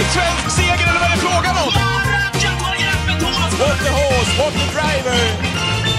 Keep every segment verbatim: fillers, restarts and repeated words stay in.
svensk seger eller vad är det frågan om? What the horse, what the driver!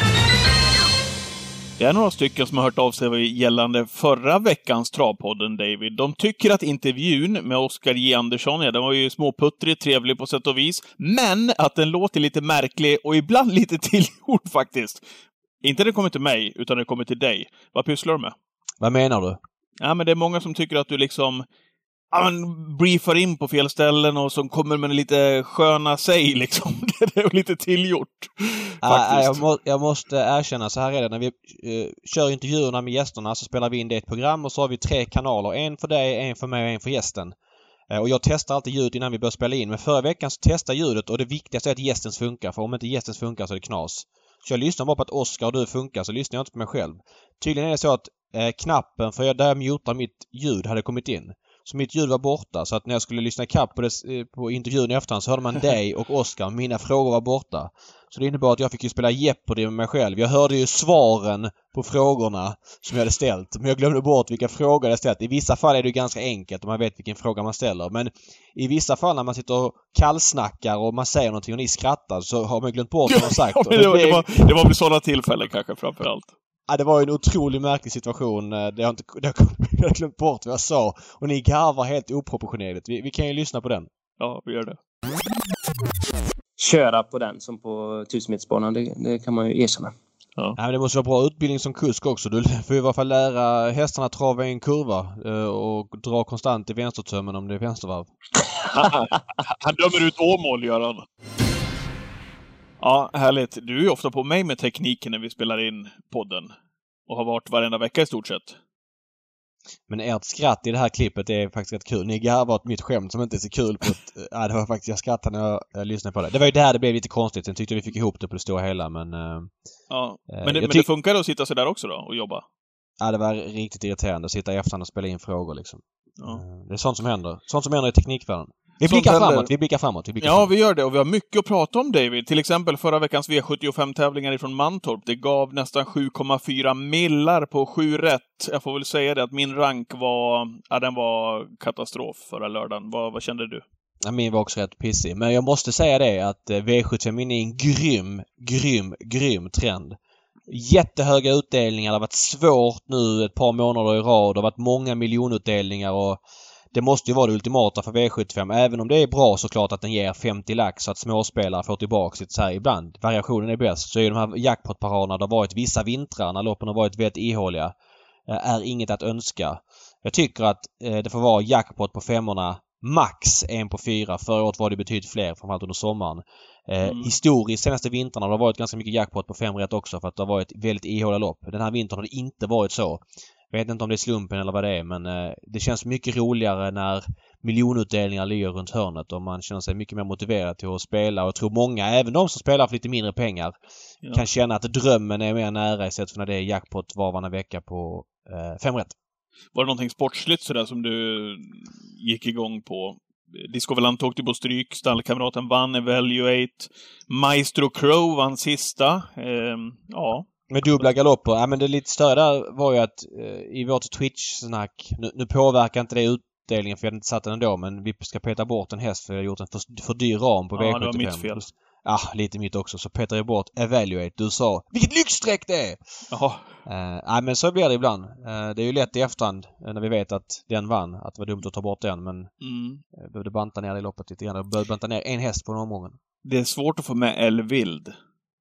Det är några stycken som har hört av sig gällande förra veckans travpodden, David. De tycker att intervjun med Oskar J. Andersson, ja, den var ju småputtrig, trevlig på sätt och vis, men att den låter lite märklig och ibland lite tillgjord faktiskt. Inte det kommer till mig, utan det kommer till dig. Vad pysslar du med? Vad menar du? Ja, men det är många som tycker att du liksom ja, men briefar in på fel ställen och som kommer med lite sköna sig liksom. Det är lite tillgjort. Faktiskt. Äh, jag, må, jag måste erkänna, så här är det. När vi uh, kör intervjuerna med gästerna så spelar vi in det i ett program och så har vi tre kanaler. En för dig, en för mig och en för gästen. Uh, och jag testar alltid ljudet innan vi börjar spela in. Men förra veckan så testade ljudet och det viktigaste är att gästens funkar. För om inte gästens funkar så är det knas. Så jag lyssnar bara på att Oskar och du funkar, så lyssnar jag inte på mig själv. Tydligen är det så att uh, knappen för där jag mutar mitt ljud hade kommit in. Så mitt ljud var borta, så att när jag skulle lyssna ikapp på, det, på intervjun i efterhand så hörde man dig och Oskar. Mina frågor var borta. Så det innebar att jag fick ju spela Jeopardy med mig själv. Jag hörde ju svaren på frågorna som jag hade ställt. Men jag glömde bort vilka frågor jag hade ställt. I vissa fall är det ganska enkelt om man vet vilken fråga man ställer. Men i vissa fall när man sitter och kallsnackar och man säger någonting och ni skrattar så har man glömt bort vad man sagt. Ja, det, det, var, det, var, det var vid sådana tillfällen kanske framförallt. Ja, det var en otroligt märklig situation. Det har inte det har, jag har glömt bort vad jag sa. Och ni garvar helt oproportionerligt. Vi, vi kan ju lyssna på den. Ja, vi gör det. Köra på den som på tusenmetersbanan, det, det kan man ju erkänna. Ja. Ja, men det måste vara bra utbildning som kusk också. Du får i alla fall lära hästarna trava i en kurva och dra konstant i vänstertömmen om det är vänstervarv. Han dömer ut Åmål, gör han. Ja, härligt. Du är ju ofta på mig med tekniken när vi spelar in podden. Och har varit varenda vecka i stort sett. Men ert skratt i det här klippet är faktiskt rätt kul. Ni garvar åt mitt skämt som inte är så kul på ett... Ja, det var faktiskt... Jag skrattade när jag, jag lyssnade på det. Det var ju där det blev lite konstigt. Sen tyckte vi fick ihop det på det stora hela, men... Ja, men, det, men tyck... det funkar att sitta så där också då och jobba? Ja, det var riktigt irriterande att sitta i efterhand och spela in frågor liksom. Ja. Det är sånt som händer. Sånt som händer i teknikvärlden. Vi blickar framåt, händer... vi blickar framåt. Vi blickar ja, framåt. vi gör det. Och vi har mycket att prata om, David. Till exempel förra veckans V sjuttiofem-tävlingar ifrån Mantorp. Det gav nästan sju komma fyra millar på sju rätt. Jag får väl säga det att min rank var... Ja, den var katastrof förra lördagen. Vad, vad kände du? Ja, min var också rätt pissig. Men jag måste säga det att V sjuttiofem är en grym, grym, grym trend. Jättehöga utdelningar. Det har varit svårt nu ett par månader i rad. Det har varit många miljonutdelningar och... Det måste ju vara det ultimata för V sjuttiofem. Även om det är bra såklart att den ger femtio lax så att småspelare får tillbaka sitt så här ibland. Variationen är bäst. Så är de här jackpot-paraderna, det har varit vissa vintrar när loppen har varit väldigt ihåliga, är inget att önska. Jag tycker att det får vara jackpot på femmorna max en på fyra. Förra året var det betydligt fler, framförallt under sommaren. Mm. Historiskt senaste vintrarna har det varit ganska mycket jackpot på fem rätt också för att det har varit väldigt ihåliga lopp. Den här vintern har det inte varit så. Jag vet inte om det är slumpen eller vad det är, men eh, det känns mycket roligare när miljonutdelningar ligger runt hörnet och man känner sig mycket mer motiverad till att spela. Och jag tror många, även de som spelar för lite mindre pengar, ja. kan känna att drömmen är mer nära istället för när det är jackpot var varannan vecka på eh, fem rätt. Var det någonting sportsligt sådär som du gick igång på? Discoveland tog till på stryk, stallkamraten vann, Evaluate, Maestro Crow vann sista. Eh, ja... Med dubbla galopper. Ja, men det lite större där var ju att eh, i vårt Twitch-snack, nu, nu påverkar inte det utdelningen för jag hade inte satt den ändå, men vi ska peta bort en häst för jag har gjort en för, för dyr ram på ja, V sjuttiofem. Ja, det var mitt fel. Ja, lite mitt också. Så petar jag bort Evaluate. Du sa, vilket lyxsträck det är! Jaha. Eh, nej, men så blir det ibland. Eh, det är ju lätt i efterhand eh, när vi vet att den vann. Att det var dumt att ta bort den, men mm. eh, behövde banta ner det i loppet lite grann. Jag behövde banta ner en häst på den omgången. Det är svårt att få med Elvild.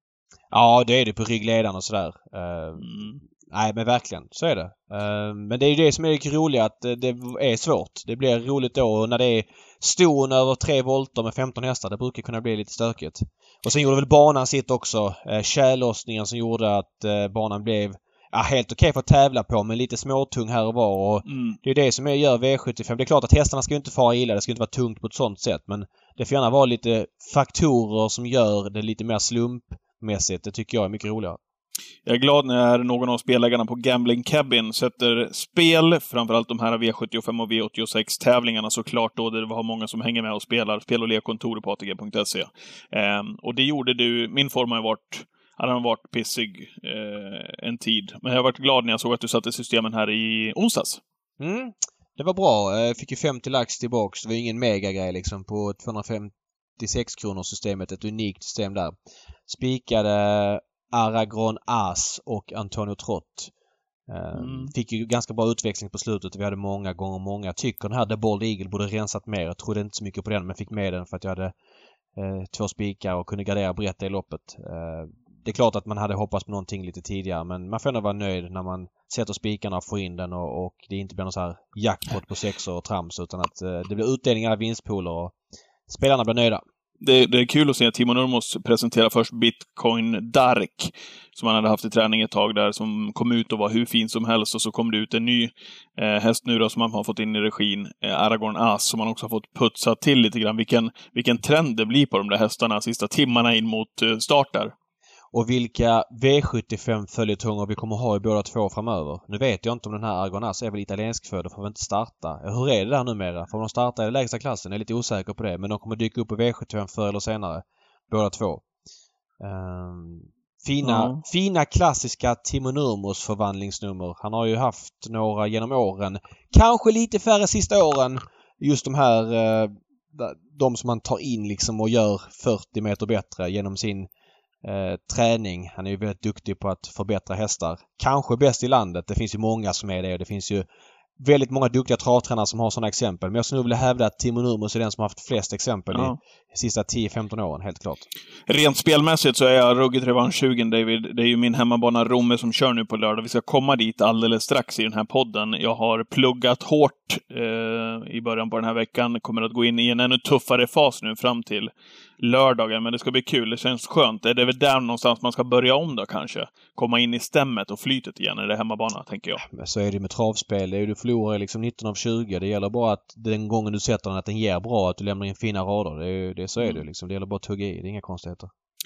Ja, det är det på ryggledaren och sådär. Uh, mm. Nej, men verkligen. Så är det. Uh, men det är ju det som är lite roligt att uh, det är svårt. Det blir roligt då när det är ston över tre volter med femton hästar. Det brukar kunna bli lite stökigt. Och sen gjorde väl banan sitt också. Uh, Kärlåsningen som gjorde att uh, banan blev ja, helt okej för att tävla på, men lite småtung här och var. Och mm. det är det som jag gör V sjuttiofem. Det är klart att hästarna ska inte fara illa. Det ska inte vara tungt på ett sånt sätt. Men det får gärna vara lite faktorer som gör det lite mer slump. Mässigt. Det tycker jag är mycket roligare. Jag är glad när någon av spelägarna på Gambling Cabin sätter spel, framförallt de här V sjuttiofem och V åttiosex-tävlingarna såklart då, där det var många som hänger med och spelar spel- och lekkontor på A T G punkt se. Eh, och det gjorde du, min form har varit, hade varit pissig eh, en tid. Men jag har varit glad när jag såg att du satte systemen här i onsdags. Mm. Det var bra. Jag fick ju femtio lax tillbaks. Det var ingen megagrej liksom på tvåhundrafemtiosex kronors systemet. Ett unikt system där. Spikade Aragorn As och Antonio Trott. Mm. Fick ju ganska bra utväxling på slutet. Vi hade många gånger många tycker den här The Bald Eagle borde rensat mer. Jag trodde inte så mycket på den men fick med den för att jag hade eh, två spikar och kunde gardera brett i loppet. Eh, det är klart att man hade hoppats på någonting lite tidigare men man får ändå vara nöjd när man sätter spikarna och får in den och, och det inte blir någon så här jackpot på sexor och trams utan att eh, det blir utdelningar av vinstpooler och spelarna blir nöjda. Det, det är kul att se att Timo Nurmos presentera först Bitcoin Dark som han hade haft i träning ett tag där som kom ut och var hur fin som helst och så kom det ut en ny eh, häst nu då som man har fått in i regin, eh, Aragorn As, som man också har fått putsa till lite grann vilken, vilken trend det blir på de där hästarna sista timmarna in mot eh, start där. Och vilka V sjuttiofem-följetonger vi kommer ha i båda två framöver. Nu vet jag inte om den här Aragorn As är väl italiensk född och får väl inte starta. Hur är det där numera? Får de starta i den lägsta klassen? Jag är lite osäker på det. Men de kommer dyka upp på V sjuttiofem förr eller senare. Båda två. Um, fina, mm. fina klassiska Timo Nurmos förvandlingsnummer. Han har ju haft några genom åren. Kanske lite färre sista åren. Just de här uh, de som man tar in liksom och gör fyrtio meter bättre genom sin Eh, träning. Han är ju väldigt duktig på att förbättra hästar. Kanske bäst i landet. Det finns ju många som är det och det finns ju väldigt många duktiga travtränare som har sådana exempel. Men jag skulle nog vilja hävda att Timo Nurmos är den som har haft flest exempel ja. i de sista tio femton åren, helt klart. Rent spelmässigt så är jag ruggigt revanschsugen, David. Det är ju min hemmabana Romme som kör nu på lördag. Vi ska komma dit alldeles strax i den här podden. Jag har pluggat hårt eh, i början på den här veckan. Kommer att gå in i en ännu tuffare fas nu fram till lördagen, men det ska bli kul. Det känns skönt. Det är väl där någonstans man ska börja om då kanske. Komma in i stämmet och flytet igen i det hemmabana, tänker jag. Men så är det med travspel. Det är ju, du förlorar liksom nitton av tjugo. Det gäller bara att den gången du sätter den att den ger bra, att du lämnar in fina rader. Det är, det, så är mm. det liksom. Det gäller bara att tugga i. Det är inga konstigheter.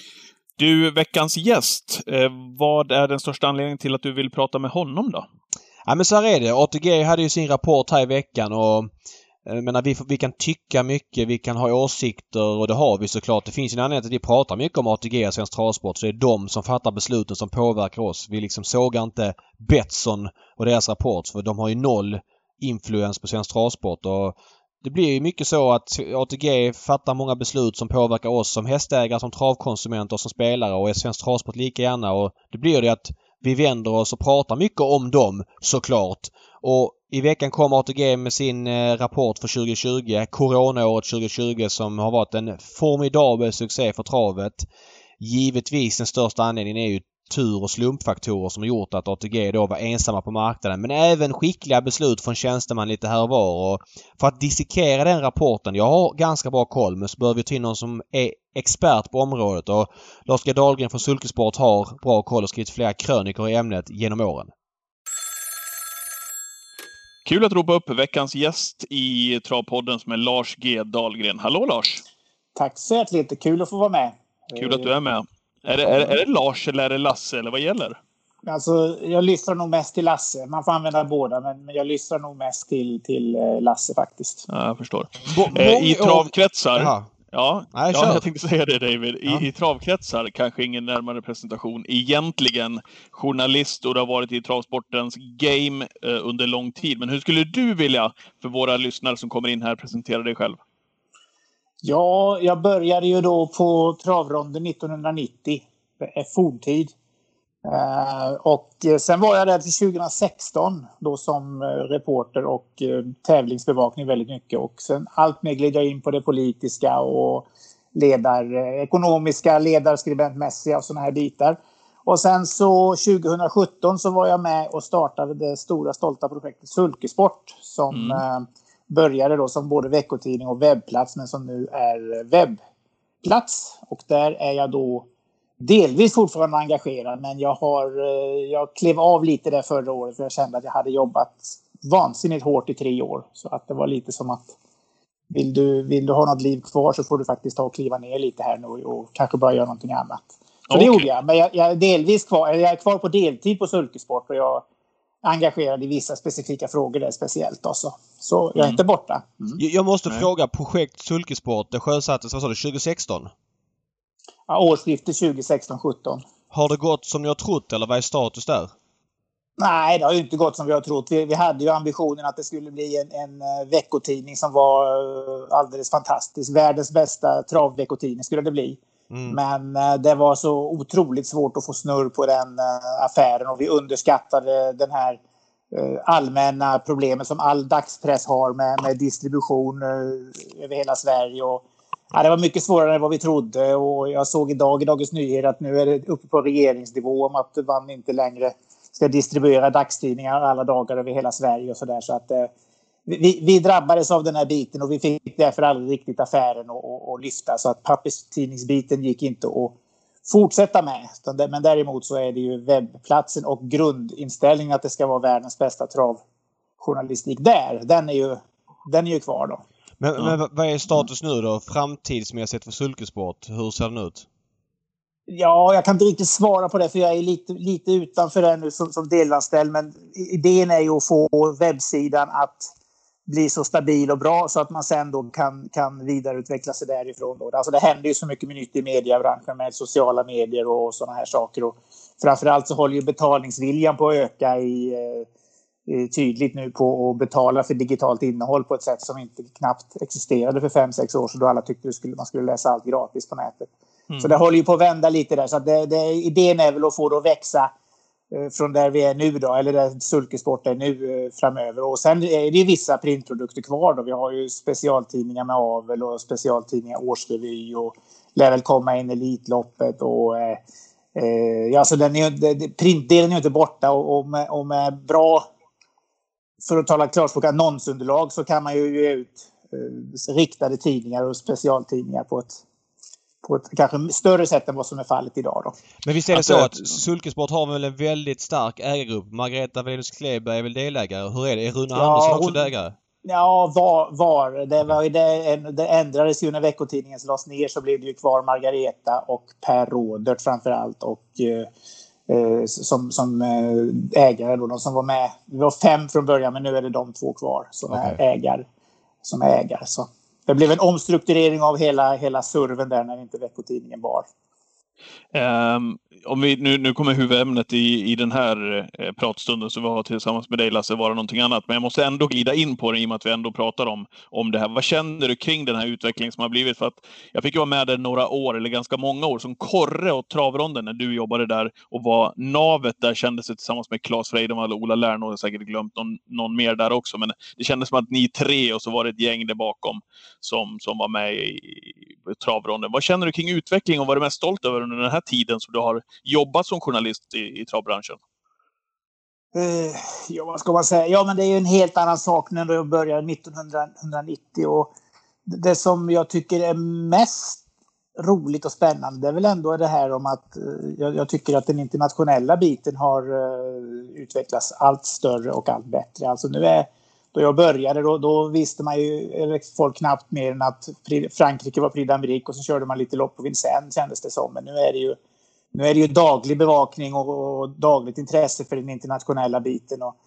Du, veckans gäst. Eh, vad är den största anledningen till att du vill prata med honom då? Ja, men så här är det. A T G hade ju sin rapport här i veckan och jag menar, vi, vi kan tycka mycket, vi kan ha åsikter och det har vi såklart. Det finns en anledning till att vi pratar mycket om A T G och Svensk Travsport, så det är de som fattar besluten som påverkar oss. Vi liksom sågar inte Betsson och deras rapport för de har ju noll influens på Svensk Travsport och det blir ju mycket så att A T G fattar många beslut som påverkar oss som hästägare, som travkonsumenter, som spelare och är Svensk Travsport lika gärna och det blir det att vi vänder oss och pratar mycket om dem såklart. Och i veckan kom A T G med sin eh, rapport för tjugo tjugo, coronaåret tjugo tjugo som har varit en formidabel succé för travet. Givetvis den största anledningen är ju tur- och slumpfaktorer som har gjort att A T G då var ensamma på marknaden. Men även skickliga beslut från tjänsteman lite här och var. Och för att dissekera den rapporten, jag har ganska bra koll, men så bör vi ta in någon som är expert på området. Och Lars G. Dahlgren från Sulkesport har bra koll och skrivit flera krönikor i ämnet genom åren. Kul att ropa upp veckans gäst i Travpodden som är Lars G. Dahlgren. Hallå Lars! Tack så hjärtligt, kul att få vara med. Kul att du är med. Är det, är, det, är det Lars eller är det Lasse eller vad gäller? Alltså, jag lyssnar nog mest till Lasse. Man får använda båda, men jag lyssnar nog mest till, till Lasse faktiskt. Ja, jag förstår. Bo- eh, I travkretsar... Jaha. Ja, Nej, ja, jag tänkte säga det David. I, ja. I travkretsar kanske ingen närmare presentation. Egentligen journalist och du har varit i travsportens game eh, under lång tid. Men hur skulle du vilja för våra lyssnare som kommer in här presentera dig själv? Ja, jag började ju då på travronden nittonhundranittio. Det är forntid. Uh, och sen var jag där till tjugohundrasexton då som uh, reporter och uh, tävlingsbevakning väldigt mycket. Och sen allt mer gled jag in på det politiska och ledar, uh, ekonomiska, ledarskribentmässiga och såna här bitar. Och sen så tjugohundrasjutton så var jag med och startade det stora stolta projektet Sulkesport som mm. uh, började då som både veckotidning och webbplats men som nu är webbplats. Och där är jag då delvis fortfarande engagerad, men jag har jag klev av lite där förra året för jag kände att jag hade jobbat vansinnigt hårt i tre år. Så att det var lite som att vill du, vill du ha något liv kvar så får du faktiskt ta och kliva ner lite här nu och kanske börja göra någonting annat. Så okay. Det gjorde jag, men jag, jag är delvis kvar, jag är kvar på deltid på Sulkesport och jag är engagerad i vissa specifika frågor där speciellt också. Så jag är mm. inte borta. Mm. Jag måste Nej. fråga, projekt Sulkesport, det sjösattes, vad sa du, tjugohundrasexton? Ja, årsskiftet tjugohundrasexton sjutton. Har det gått som ni har trott eller vad är status där? Nej, det har ju inte gått som vi har trott. Vi, vi hade ju ambitionen att det skulle bli en, en veckotidning som var alldeles fantastisk. Världens bästa travveckotidning skulle det bli. Mm. Men uh, det var så otroligt svårt att få snurr på den uh, affären, och vi underskattade den här uh, allmänna problemet som all dagspress har med, med distribution uh, över hela Sverige. Och, ja, det var mycket svårare än vad vi trodde, och jag såg idag i Dagens Nyheter att nu är det uppe på regeringsnivå om att man inte längre ska distribuera dagstidningar alla dagar över hela Sverige och sådär. Så att uh, Vi, vi drabbades av den här biten, och vi fick därför aldrig riktigt affären att, att, att lyfta. Så att papperstidningsbiten gick inte att fortsätta med. Men däremot så är det ju webbplatsen och grundinställningen att det ska vara världens bästa travjournalistik där. Den är ju, den är ju kvar då. Men, ja. men vad är status nu då? Framtidsmässigt för Sulkesport? Hur ser den ut? Ja, jag kan inte riktigt svara på det, för jag är lite, lite utanför det nu som, som delanställd. Men idén är ju att få webbsidan att bli så stabil och bra så att man sen då kan, kan vidareutveckla sig därifrån. Då. Alltså det händer ju så mycket nytt i mediebranschen med sociala medier och sådana här saker. Och framförallt så håller ju betalningsviljan på att öka i, i, tydligt nu på att betala för digitalt innehåll på ett sätt som inte knappt existerade för fem sex år sedan, då alla tyckte att man skulle läsa allt gratis på nätet. Mm. Så det håller ju på att vända lite där. Så att det, det, idén är väl att få det att växa från där vi är nu då, eller där Sulkesport är nu framöver. Och sen är det vissa printprodukter kvar då. Vi har ju specialtidningar med avel och specialtidningar årsrevy, och lär väl komma in Elitloppet och eh, ja, så den är ju, printdelen är ju inte borta, och, och, med, och med bra, för att tala klarspråk, annonsunderlag, så kan man ju ge ut eh, riktade tidningar och specialtidningar på ett på ett kanske större sätt än vad som är fallet idag då. Men visst är det alltså, så att Sulkesport har väl en väldigt stark ägargrupp. Margareta Velus Kleberg är väl delägare. Hur är det? Är Rune ja, Andersson också hon, delägare? Ja, var. var. Det, var det, det ändrades ju när veckotidningen lades ner, så blev det ju kvar Margareta och Per Rådert framförallt, och eh, som, som ägare då. De som var med. Vi var fem från början, men nu är det de två kvar som okay. är ägare. Som är ägare, så. Det blev en omstrukturering av hela, hela serven där när inte veckotidningen var. Um, om vi, nu, nu kommer huvudämnet i, i den här eh, pratstunden som vi har tillsammans med dig, Lasse, vara någonting annat. Men jag måste ändå glida in på det i och med att vi ändå pratar om, om det här. Vad känner du kring den här utvecklingen som har blivit? För att jag fick ju vara med där några år, eller ganska många år, som korre och travronden när du jobbade där och var navet där, kändes det tillsammans med Claes Freidenvall och Ola Lärn, och jag har säkert glömt någon, någon mer där också. Men det kändes som att ni tre, och så var det ett gäng där bakom som, som var med i, i travronden. Vad känner du kring utvecklingen, och vad är du mest stolt över under den här tiden som du har jobbat som journalist i, i travbranschen? Uh, ja, vad ska man säga? Ja, men det är ju en helt annan sak när jag började nittonhundranittio, och det som jag tycker är mest roligt och spännande, det är väl ändå det här om att uh, jag, jag tycker att den internationella biten har uh, utvecklats allt större och allt bättre. Alltså nu är Då jag började, då, då visste man ju folk knappt mer än att Frankrike var Prix d'Amérique, och så körde man lite lopp på Vincennes, kändes det som. Men nu är det ju, nu är det ju daglig bevakning och, och dagligt intresse för den internationella biten. Och,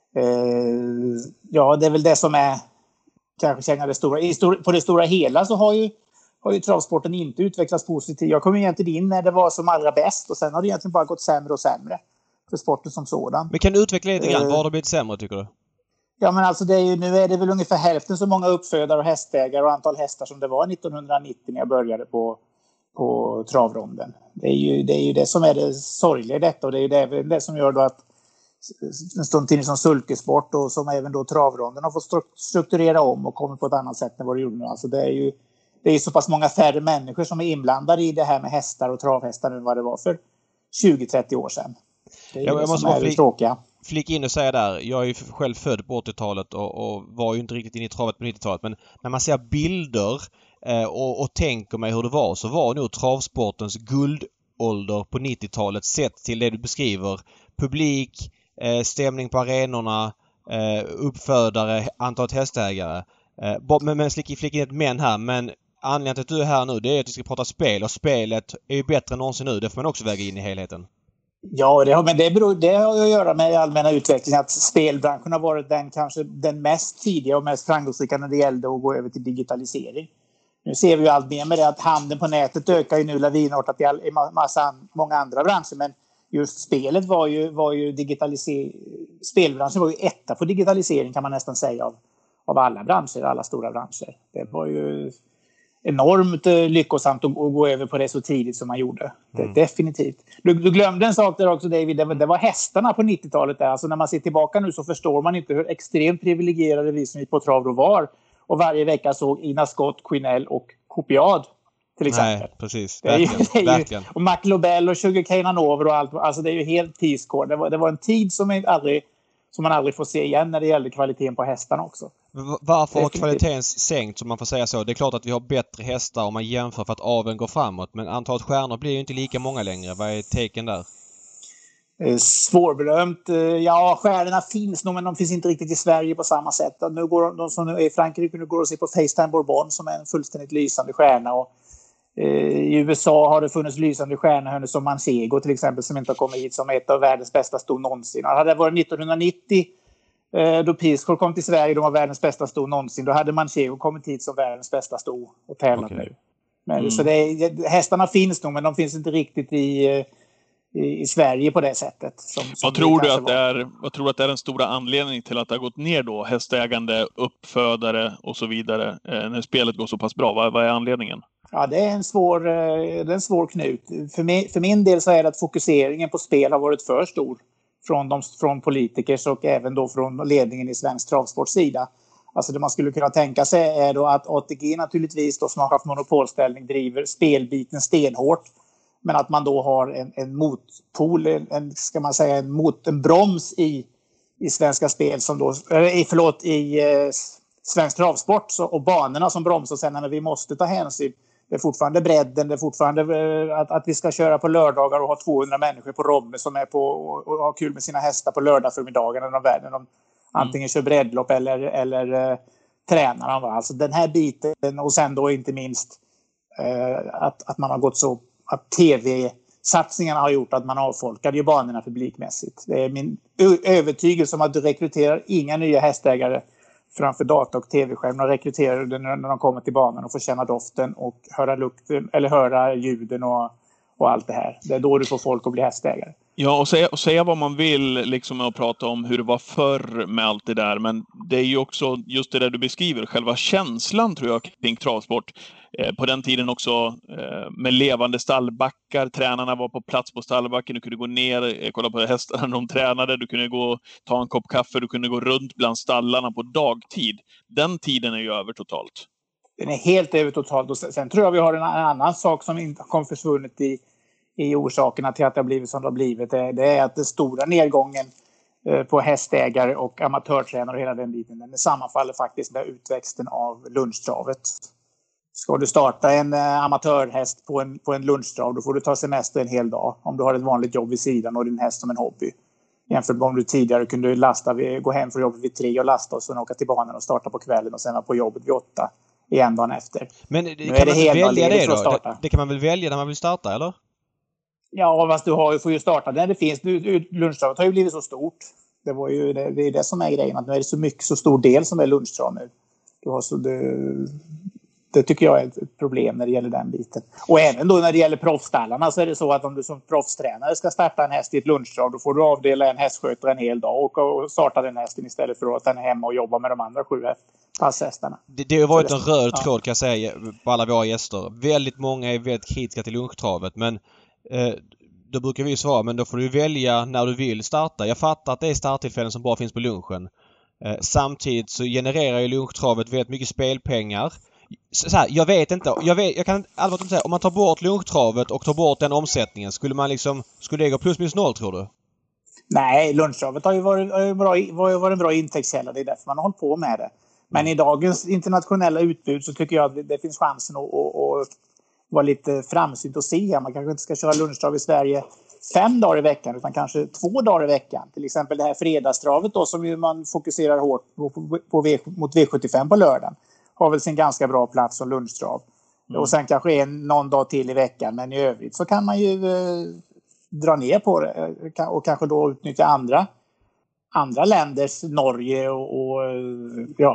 eh, ja, det är väl det som är kanske känner det stora. I stor, på det stora hela så har ju, har ju travsporten inte utvecklats positivt. Jag kom egentligen in när det var som allra bäst, och sen har det egentligen bara gått sämre och sämre för sporten som sådan. Men kan du utveckla lite grann? Vad har det blivit sämre, tycker du? Ja, men alltså det är ju, nu är det väl ungefär hälften så många uppfödare och hästägare och antal hästar som det var nittonhundranittio när jag började på, på travronden. Det är, ju, det är ju det som är det sorgliga i detta, och det är ju det, det som gör då att en stund tidning som Sulkesport, och som även då travronden har fått strukturera om och kommer på ett annat sätt än vad det gjorde nu. Alltså det är ju det är så pass många färre människor som är inblandade i det här med hästar och travhästar än vad det var för tjugo trettio år sedan. Det är ja, det jag som är det tråkiga. Flick in och säga där, jag är ju själv född på åttiotalet och, och var ju inte riktigt in i travet på nittiotalet, men när man ser bilder eh, och, och tänker mig hur det var, så var nog travsportens guldålder på nittiotalet sett till det du beskriver. Publik, eh, stämning på arenorna, eh, uppfödare, antalet hästägare. Eh, men men flick, flick in ett men här, men anledningen till att du är här nu, det är att vi ska prata spel, och spelet är ju bättre än någonsin nu. Det får man också väga in i helheten. Ja, det har, men det, beror, det har att göra med allmänna utvecklingen, att spelbranschen har varit den kanske den mest tidiga och mest framgångsrika när det gällde att gå över till digitalisering. Nu ser vi ju allt mer med det, att handeln på nätet ökar ju nu lavinartat i, all, i massa, många andra branscher, men just spelet var ju, var ju digitalisering. Spelbranschen var ju etta på digitalisering kan man nästan säga av, av alla branscher, alla stora branscher. Det var ju enormt lyckosamt att, att gå över på det så tidigt som man gjorde. Det, mm. Definitivt. Du, du glömde en sak där också, David. Det var, det var hästarna på nittiotalet där. Alltså när man ser tillbaka nu så förstår man inte hur extremt privilegierade vi som gick på Travro var. Och varje vecka såg Ina Scott, Quinell och Copiad till exempel. Nej, precis. Det är ju, det är verkligen. Ju, och McLobel och Sugarcane Hanover och allt. Alltså det är ju helt tidscore. Det var, det var en tid som, man aldrig, som man aldrig får se igen när det gäller kvaliteten på hästarna också. Varför har kvaliteten sänkt, som man får säga så? Det är klart att vi har bättre hästar om man jämför för att aveln går framåt. Men antalet stjärnor blir ju inte lika många längre. Vad är taken där? Svårbedömt. Ja, stjärnorna finns nog, men de finns inte riktigt i Sverige på samma sätt. Nu går de som är i Frankrike, nu går och se på FaceTime Bourbon som är en fullständigt lysande stjärna. Och, eh, i U S A har det funnits lysande stjärnor som Mancebo till exempel, som inte har kommit hit, som är ett av världens bästa sto någonsin. Hade det varit nittonhundranittio eh, då Piscor kom till Sverige, de var världens bästa sto någonsin, då hade Mancebo kommit hit som världens bästa sto och tävlat okay. nu. Men, mm. Så det, hästarna finns nog, men de finns inte riktigt i... Eh, I, i Sverige på det sättet. Som, som vad, tror du att det är, vad tror du att det är den stora anledningen till att det har gått ner då? Hästägande, uppfödare och så vidare. Eh, när spelet går så pass bra. Vad, vad är anledningen? Ja, det är en svår, det är en svår knut. För, mig, för min del så är det att fokuseringen på spel har varit för stor. Från, de, från politikers och även då från ledningen i svensk travsports sida. Alltså det man skulle kunna tänka sig är då att A T G naturligtvis då, som har haft monopolställning, driver spelbiten stenhårt. Men att man då har en, en motpol, en, ska man säga, en, mot, en broms i, i Svenska Spel som då, eller, förlåt, i eh, Svensk Travsport så, och banorna som bromsar sen när vi måste ta hänsyn. Det är fortfarande bredden, det är fortfarande eh, att, att vi ska köra på lördagar och ha tvåhundra människor på Romme som är på och, och ha kul med sina hästar på lördag förmiddagen när de, när de antingen mm. kör breddlopp eller, eller eh, tränar dem. Alltså den här biten, och sen då inte minst eh, att, att man har gått så att tv-satsningarna har gjort att man avfolkade ju banorna publikmässigt. Det är min övertygelse om att du rekryterar inga nya hästägare framför data- och tv-skärm. De rekryterar när de kommer till banan och får känna doften och höra lukten eller höra ljuden och, och allt det här. Det är då du får folk att bli hästägare. Ja, och säga, och säga vad man vill liksom, och prata om hur det var förr med allt det där. Men det är ju också just det där du beskriver, själva känslan tror jag kring travsport. Eh, på den tiden också eh, med levande stallbackar. Tränarna var på plats på stallbacken. Du kunde gå ner, eh, kolla på hästarna när de tränade. Du kunde gå ta en kopp kaffe. Du kunde gå runt bland stallarna på dagtid. Den tiden är ju över totalt. Den är helt över totalt. Och sen, sen tror jag vi har en annan sak som inte kom försvunnit i i orsakerna till att det har blivit som det har blivit. Det, det är att den stora nedgången eh, på hästägare och amatörtränare och hela den biten, den sammanfaller faktiskt med utväxten av lunchtravet. Ska du starta en eh, amatörhäst på en, på en lunchtrav, då får du ta semester en hel dag om du har ett vanligt jobb vid sidan och din häst som en hobby. Jämfört med om du tidigare kunde lasta vid, gå hem från jobbet vid tre och lasta och sen åka till banan och starta på kvällen och sen vara på jobbet vid åtta igen dagen efter. Men det, kan man det välja det då? Det, det kan man väl välja när man vill starta, eller? Ja, fast du har, får ju starta när det finns. Lunchtravet har ju blivit så stort. Det, var ju, det, det är det som är grejen. Att nu är det så mycket, så stor del som är lunchtrav nu. Du har så det, det tycker jag är ett problem när det gäller den biten. Och även då när det gäller proffsstallarna så är det så att om du som proffstränare ska starta en häst i ett lunchtrav, då får du avdela en hästskötare en hel dag och, och starta den hästen istället för att den är hemma och jobba med de andra sju passhästarna. Det, det har varit en röd tråd kan jag säga på alla våra gäster. Väldigt många är väldigt kritiska till lunchtravet, men Eh, då brukar vi ju svara, men då får du välja när du vill starta. Jag fattar att det är starttillfällen som bara finns på lunchen. Eh, samtidigt så genererar ju lunchtravet väldigt mycket spelpengar. Så, så här, jag vet inte. Jag, vet, jag kan allvarligt inte säga, om man tar bort lunchtravet och tar bort den omsättningen, skulle man liksom, skulle det gå plus minus noll tror du? Nej, lunchtravet har ju varit, har ju bra, var, var en bra intäktskälla. Det är därför man har hållit på med det. Men i dagens internationella utbud så tycker jag att det, det finns chansen att, att, att vara lite framsynt och se. Man kanske inte ska köra lunchtrav i Sverige fem dagar i veckan utan kanske två dagar i veckan. Till exempel det här fredagstravet då som man fokuserar hårt på, på, på v, mot V sjuttiofem på lördagen. Har väl sin ganska bra plats som lunchtrav. Mm. Och sen kanske en någon dag till i veckan, men i övrigt så kan man ju eh, dra ner på det och kanske då utnyttja andra andra länders, Norge och, och ja,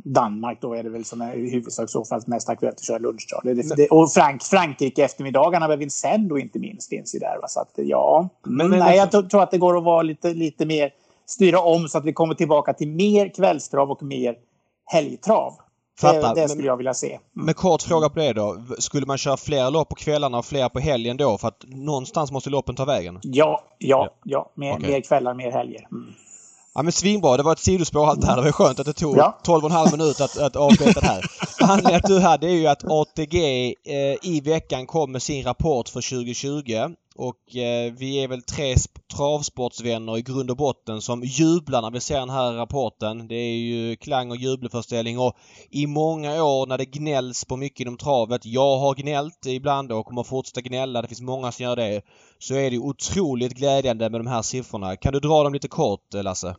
Danmark då är det väl som är i huvudsak så fall mest aktuellt att köra lunchdag. Det, det, det, och Frank, Frankrike eftermiddagarna med Vincennes då inte minst finns ju där. Va? Så att, ja, men, men, nej, jag tror att det går att vara lite, lite mer styra om så att vi kommer tillbaka till mer kvällstrav och mer helgtrav. Det, det skulle jag vilja se. Mm. Men kort fråga på det då. Skulle man köra fler lopp på kvällarna och fler på helgen då? För att någonstans måste loppen ta vägen. Ja, ja, ja. Mer, okay. mer kvällar, mer helger. Mm. Ja, men svinbra. Det var ett sidospår allt här. Det var skönt att det tog ja. tolv och en halv minut att, att avbeta det här. Anledningen att du hade är ju att A T G eh, i veckan kom med sin rapport för tjugo tjugo. Och eh, vi är väl tre travsportsvänner i grund och botten som jublar när vi ser den här rapporten. Det är ju klang och jubelföreställning och i många år när det gnälls på mycket inom travet, jag har gnällt ibland och kommer fortsätta gnälla, det finns många som gör det, så är det otroligt glädjande med de här siffrorna. Kan du dra dem lite kort, Lasse?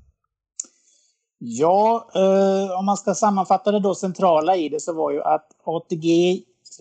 Ja, eh, om man ska sammanfatta det då centrala i det så var ju att A T G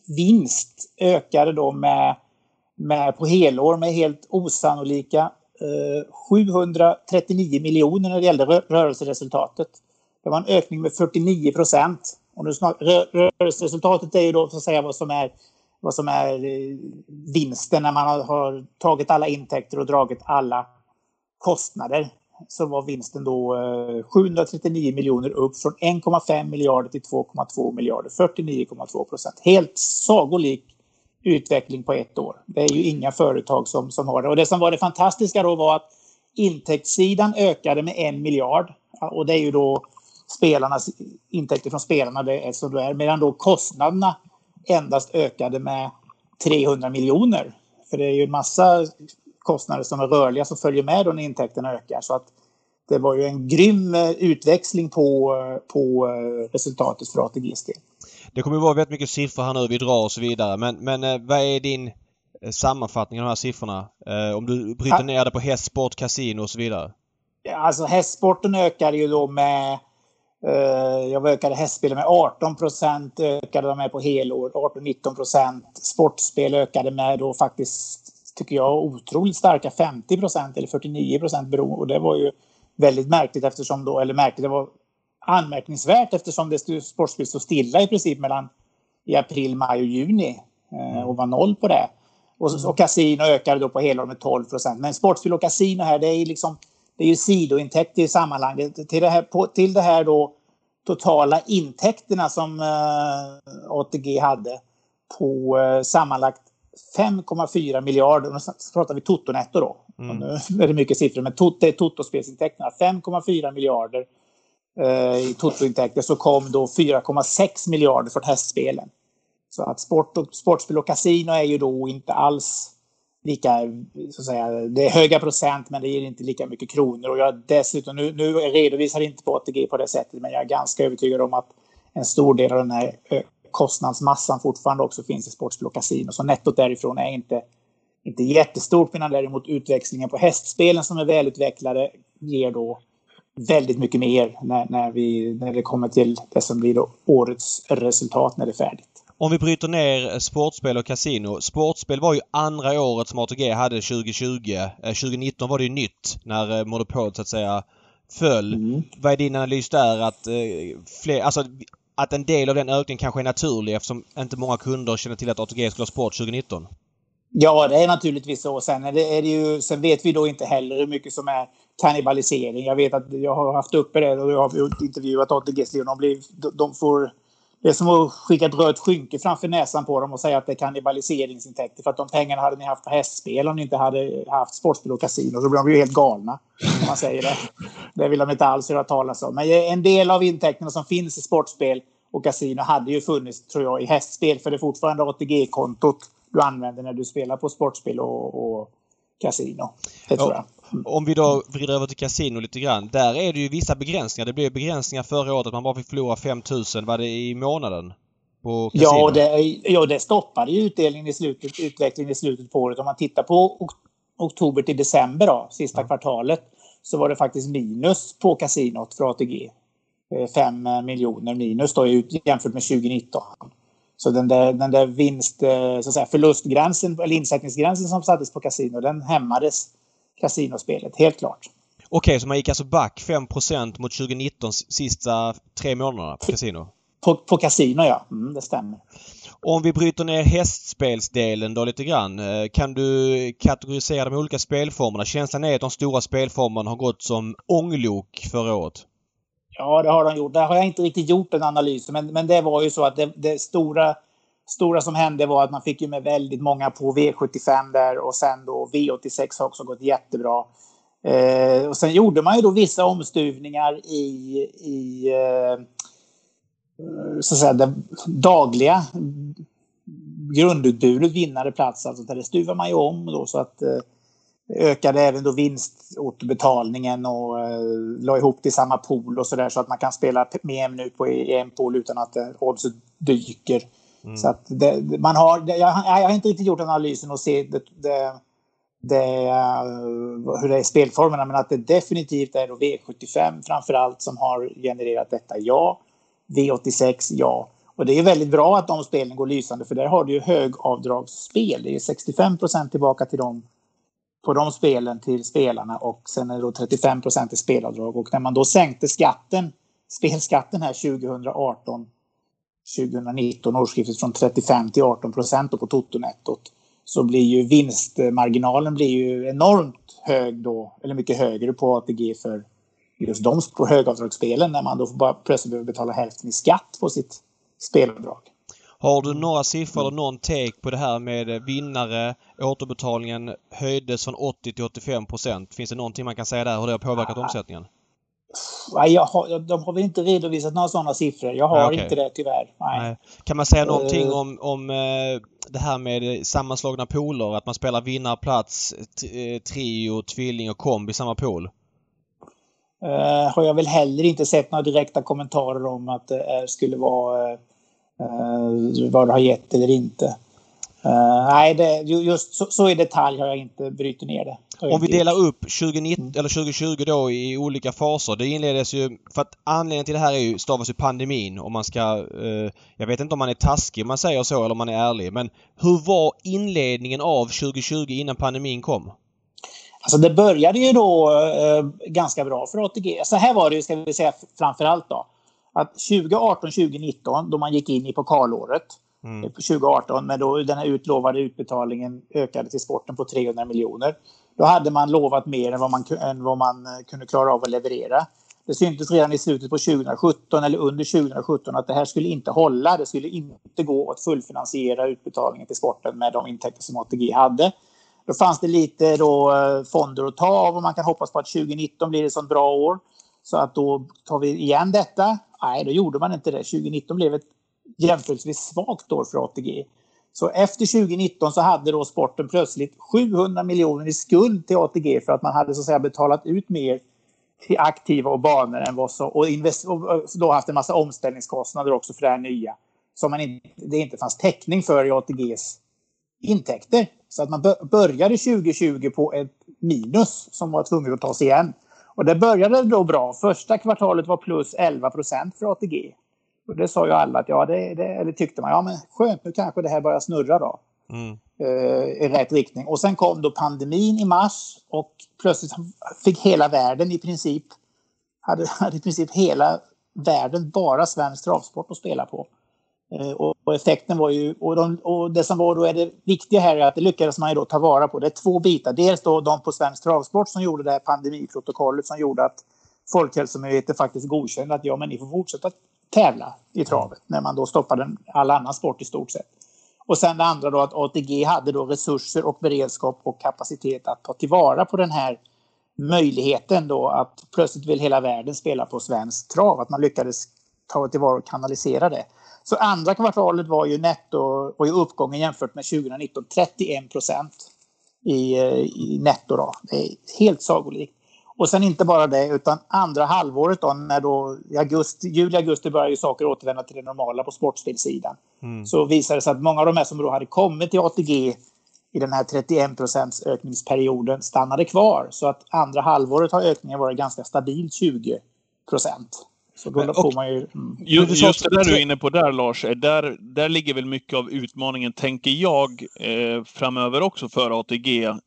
vinst ökade då med Med på helår med helt osannolika eh, sjuhundratrettionio miljoner när det gällde rö- rörelseresultatet. Det var en ökning med fyrtionio procent. Och nu snar- rö- rörelseresultatet är ju då så att säga vad som är, vad som är eh, vinsten när man har, har tagit alla intäkter och dragit alla kostnader. Så var vinsten då eh, sjuhundratrettionio miljoner upp från en komma fem miljarder till två komma två miljarder. fyrtionio komma två procent. Helt sagolik utveckling på ett år. Det är ju inga företag som, som har det. Och det som var det fantastiska då var att intäktssidan ökade med en miljard. Och det är ju då spelarnas intäkter från spelarna det är som det är. Medan då kostnaderna endast ökade med trehundra miljoner. För det är ju en massa kostnader som är rörliga som följer med då när intäkterna ökar. Så att det var ju en grym utväxling på, på resultatet för A T G:s del. Det kommer att vara väldigt mycket siffror här nu, vi drar och så vidare. Men, men vad är din sammanfattning av de här siffrorna? Eh, om du bryter ja. ner det på hästsport, kasino och så vidare. Ja, alltså hästsporten ökar ju då med... Eh, jag ökade hästspel med arton procent, ökade de med på helår, arton till nitton procent. Sportspel ökade med då faktiskt, tycker jag, otroligt starka femtio procent eller fyrtionio procent beroende. Och det var ju väldigt märkligt eftersom då, eller märkligt, det var anmärkningsvärt eftersom det sportspel stod stilla i princip mellan i april, maj och juni eh, och var noll på det. Och, och kasino ökade då på helår med tolv procent. Men sportspel och kasino här, det är ju liksom, det är ju sidointäkter i sammanhanget. Till det här, på, till det här då totala intäkterna som eh, A T G hade på eh, sammanlagt fem komma fyra miljarder. Och så pratar vi totonetto då. Mm. Nu är det mycket siffror, men tot, det är totospelsintäkterna. fem komma fyra miljarder i totointäkter, så kom då fyra komma sex miljarder från hästspelen. Så att sport och, sportspel och kasino är ju då inte alls lika, så att säga, det är höga procent men det ger inte lika mycket kronor. Och jag dessutom, nu, nu redovisar inte på A T G på det sättet, men jag är ganska övertygad om att en stor del av den här kostnadsmassan fortfarande också finns i sportspel och kasino. Så nettot därifrån är inte, inte jättestort, medan däremot utväxlingen på hästspelen som är välutvecklade ger då väldigt mycket mer när, när, vi, när det kommer till det som blir då årets resultat när det är färdigt. Om vi bryter ner sportspel och kasino. Sportspel var ju andra året som A T G hade tjugo tjugo. tjugo nitton var det ju nytt när monopolet så att säga föll. Mm. Vad är din analys där? Att, eh, fler, alltså, att en del av den ökningen kanske är naturlig eftersom inte många kunder känner till att A T G skulle ha sport tjugo nitton? Ja, det är naturligtvis så. Sen, är det, är det ju, sen vet vi då inte heller hur mycket som är kannibalisering. Jag vet att jag har haft uppe det och jag har intervjuat A T G:s ledare. De, blir, de får, det är som att skicka ett rött skynke framför näsan på dem och säga att det är kannibaliseringsintäkter. För att de pengarna hade ni haft på hästspel om ni inte hade haft sportspel och kasino. Så blir de ju helt galna om man säger det. Det vill de inte alls höra talas om. Men en del av intäkterna som finns i sportspel och kasino hade ju funnits, tror jag, i hästspel. För det är fortfarande A T G-kontot du använder när du spelar på sportspel och, och kasino. Det tror jag. Mm. Om vi då vrider över till kasino lite grann. Där är det ju vissa begränsningar. Det blev begränsningar förra året att man bara fick förlora fem tusen. Var det i månaden? På kasino? Ja, det, ja, det stoppade ju utdelningen i slutet, utvecklingen i slutet på året. Om man tittar på ok- oktober till december då, sista mm. kvartalet, så var det faktiskt minus på kasinot för A T G. Fem miljoner minus då jämfört med tjugo nitton. Så den där, den där vinst, så att säga, förlustgränsen eller insättningsgränsen som sattes på kasino, den hämmades kasinospelet, helt klart. Okej, så man gick alltså back fem procent mot tjugonitton sista tre månaderna på kasino? På, på kasino, ja. Mm, det stämmer. Om vi bryter ner hästspelsdelen då lite grann. Kan du kategorisera de olika spelformerna? Känslan är att de stora spelformerna har gått som ånglok förra året. Ja, det har de gjort. Där har jag inte riktigt gjort en analys. Men, men det var ju så att det, det stora, stora som hände var att man fick ju med väldigt många på V sjuttiofem där. Och sen då V åttiosex har också gått jättebra. Eh, och sen gjorde man ju då vissa omstuvningar i, i eh, så att säga, det dagliga grundutbudet, vinnare plats. Alltså där det stuvar man ju om då, så att eh, ökade även då vinståterbetalningen och eh, la ihop det i samma pool och så där, så att man kan spela med nu på en pool utan att eh, oddset dyker. Mm. Så att det, man har, det, jag, jag har inte riktigt gjort analysen och se det, det, det, hur det är spelformerna, men att det definitivt är då V sjuttiofem framförallt som har genererat detta, ja. V åttiosex, ja. Och det är väldigt bra att de spelen går lysande, för där har du ju högavdragsspel. Det är sextiofem procent tillbaka till dem på de spelen till spelarna, och sen är det då trettiofem procent i spelavdrag. Och när man då sänkte skatten, spelskatten här tjugoarton tjugonitton årsskiftet från trettiofem till arton procent på totonettot, så blir ju vinstmarginalen blir ju enormt hög då, eller mycket högre på A T G för just de på högavdragsspelen, när man då bara plötsligt behöver betala hälften i skatt på sitt spelavdrag. Har du några siffror eller någon take på det här med vinnare? Återbetalningen höjdes från åttio till åttiofem procent. Finns det någonting man kan säga där hur det har påverkat ja. omsättningen? Nej, jag har, de har väl inte redovisat några sådana siffror. Jag har Nej, okay. inte det tyvärr. Nej. Nej. Kan man säga någonting uh, om, om uh, det här med sammanslagna pooler? Att man spelar vinnarplats, t- trio, tvilling och kombi i samma pool? Uh, har jag väl heller inte sett några direkta kommentarer om att det uh, skulle vara uh, vad det har gett eller inte. Uh, nej, det, just så, så i detalj har jag inte brytt ner det. Om vi delar upp tjugonitton mm. eller tjugohundratjugo då i olika faser. Det inleddes ju, för att anledningen till det här är ju, stavas ju pandemin, om man ska, uh, jag vet inte om man är taskig man säger så eller om man är ärlig, men hur var inledningen av tjugotjugo innan pandemin kom? Alltså det började ju då eh, ganska bra för A T G. Så här var det ju, ska vi säga framförallt då, att tjugoarton tjugonitton då man gick in i pokalåret mm. tjugoarton, men då den här utlovade utbetalningen ökade till sporten på trehundra miljoner. Då hade man lovat mer än vad man, än vad man kunde klara av att leverera. Det syntes redan i slutet på tjugosjutton eller under tjugosjutton att det här skulle inte hålla. Det skulle inte gå att fullfinansiera utbetalningen till sporten med de intäkter som A T G hade. Då fanns det lite då fonder att ta av, och man kan hoppas på att tjugonitton blir ett sånt bra år. Så att då tar vi igen detta. Nej, då gjorde man inte det. tjugonitton blev ett jämförelsevis svagt år för A T G. Så efter tjugonitton så hade då sporten plötsligt sjuhundra miljoner i skuld till A T G, för att man hade så att säga betalat ut mer till aktiva och banor än vad så, och, invest, och då haft en massa omställningskostnader också för det här nya. Som man inte, det inte fanns täckning för i A T Gs intäkter. Så att man började tjugotjugo på ett minus som var tvungen att ta sig igen. Och det började då bra. Första kvartalet var plus elva procent för A T G. Och det sa ju alla att ja, det, det eller tyckte man, ja men skönt, nu kanske det här börjar snurra då. Mm. Uh, i rätt riktning. Och sen kom då pandemin i mars, och plötsligt fick hela världen i princip, hade, hade i princip hela världen bara svensk travsport att spela på. Och, och effekten var ju, och, de, och det som var då är det viktiga här är att det lyckades man ju då ta vara på. Det är två bitar. Dels då de på svensk travsport som gjorde det här pandemiprotokollet som gjorde att Folkhälsomyndigheten faktiskt godkände att ja, men ni får fortsätta tävla i travet, när man då stoppade all annan sport i stort sett. Och sen det andra då att A T G hade då resurser och beredskap och kapacitet att ta tillvara på den här möjligheten då att plötsligt vill hela världen spela på svensk trav, att man lyckades ta tillvara och kanalisera det. Så andra kvartalet var ju netto, var ju uppgången jämfört med tjugonitton trettioen procent i, i netto då. Det är helt sagolikt. Och sen inte bara det, utan andra halvåret då, när då i augusti, juli, augusti börjar ju saker återvända till det normala på sportspelsidan. Mm. Så visade det sig att många av de här som då hade kommit till A T G i den här trettioen procents ökningsperioden stannade kvar. Så att andra halvåret har ökningen varit ganska stabil tjugo procent. Så då Men, får man ju... Mm. Just, just det där du är inne på där, Lars, där, där ligger väl mycket av utmaningen, tänker jag, eh, framöver också för A T G. Eh,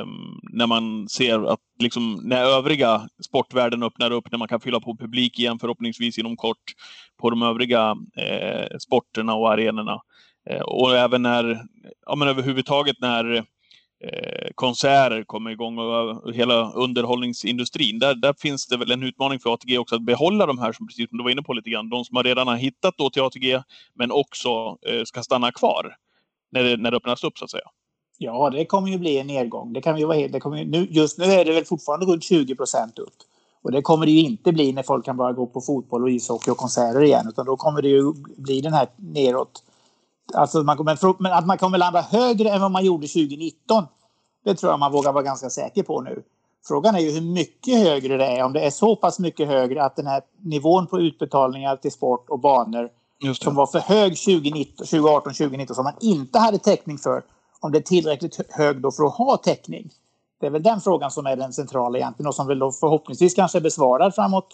när man ser att liksom, när övriga sportvärlden öppnar upp, när man kan fylla på publik igen förhoppningsvis inom kort på de övriga eh, sporterna och arenorna. Eh, och även när, ja men överhuvudtaget när Eh, konserter kommer igång och hela underhållningsindustrin. Där, där finns det väl en utmaning för A T G också att behålla de här som precis som du var inne på lite grann. De som har redan har hittat då till A T G men också eh, ska stanna kvar när det, när det öppnas upp så att säga. Ja, det kommer ju bli en nedgång. Det kan ju vara helt, det kommer ju, nu, just nu är det väl fortfarande runt tjugo procent upp. Och det kommer det ju inte bli när folk kan börja gå på fotboll och ishockey och konserter igen. Utan då kommer det ju bli den här neråt. Alltså man kommer, men att man kommer landa högre än vad man gjorde tjugonitton, det tror jag man vågar vara ganska säker på nu. Frågan är ju hur mycket högre det är. Om det är så pass mycket högre att den här nivån på utbetalningar till sport och banor som var för hög tjugoarton tjugonitton som man inte hade täckning för, om det är tillräckligt hög då för att ha täckning. Det är väl den frågan som är den centrala egentligen och som väl då förhoppningsvis kanske är besvarad framåt.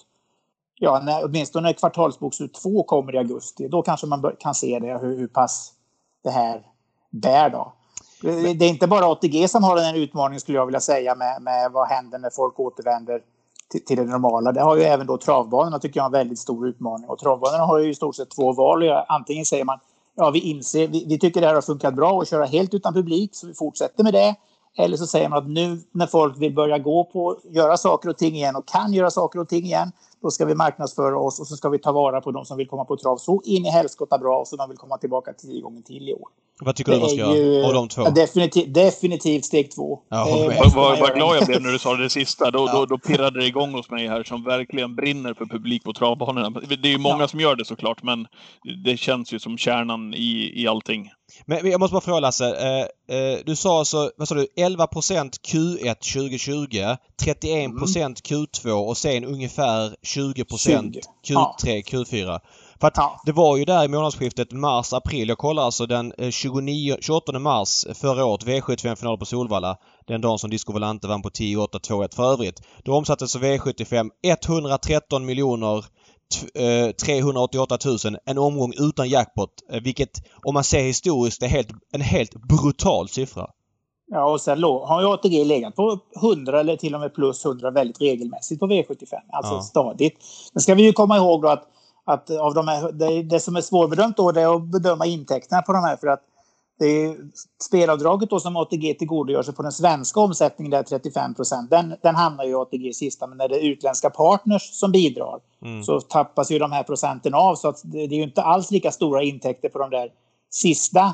Ja, när, åtminstone när kvartalsbokslut två kommer i augusti. Då kanske man bör, kan se det, hur, hur pass det här bär då. Det, det är inte bara A T G som har den här utmaningen skulle jag vilja säga med, med vad händer när folk återvänder till, till det normala. Det har ju även då travbanorna tycker jag är en väldigt stor utmaning. Och travbanorna har ju i stort sett två val. Antingen säger man, ja vi inser, vi, vi tycker det här har funkat bra att köra helt utan publik så vi fortsätter med det. Eller så säger man att nu när folk vill börja gå på, göra saker och ting igen och kan göra saker och ting igen, då ska vi marknadsföra oss och så ska vi ta vara på de som vill komma på trav så in i helskotta bra och så de vill komma tillbaka tio gånger till i år. Vad tycker det du man ska göra av de två? Definitivt, definitivt steg två. Ja, vad vad, vad glad jag blev när du sa det sista. Då, ja. då, då pirrade det igång hos mig här som verkligen brinner för publik på travbanorna. Det är ju många ja. som gör det såklart, men det känns ju som kärnan i, i allting. Men jag måste bara fråga Lasse, eh, eh, du sa alltså, vad sa du, elva procent Q ett tjugohundratjugo, trettioen procent Q två och sen ungefär tjugo procent Q tre, ja. Q fyra. För att ja. det var ju där i månadsskiftet mars-april, jag kollar alltså den tjugonionde, tjugoåttonde mars förra året, V sjuttiofem-final på Solvalla, den dagen som Disco Volante vann på tio åtta två ett för övrigt. Då omsattes V sjuttiofem etthundratretton miljoner trehundraåttioåtta tusen, en omgång utan jackpot, vilket om man ser historiskt är helt, en helt brutal siffra. Ja, och sen har ju A T G legat på hundra eller till och med plus hundra väldigt regelmässigt på V sjuttiofem, alltså ja. stadigt. Men ska vi ju komma ihåg då att, att av de här, det, det som är svårbedömt då det är att bedöma intäkterna på de här, för att det är spelavdraget då som A T G tillgodogör sig på den svenska omsättningen där trettiofem procent. Den, den hamnar ju A T G sista, men när det är utländska partners som bidrar mm. så tappas ju de här procenten av. Så att det, det är ju inte alls lika stora intäkter på de där sista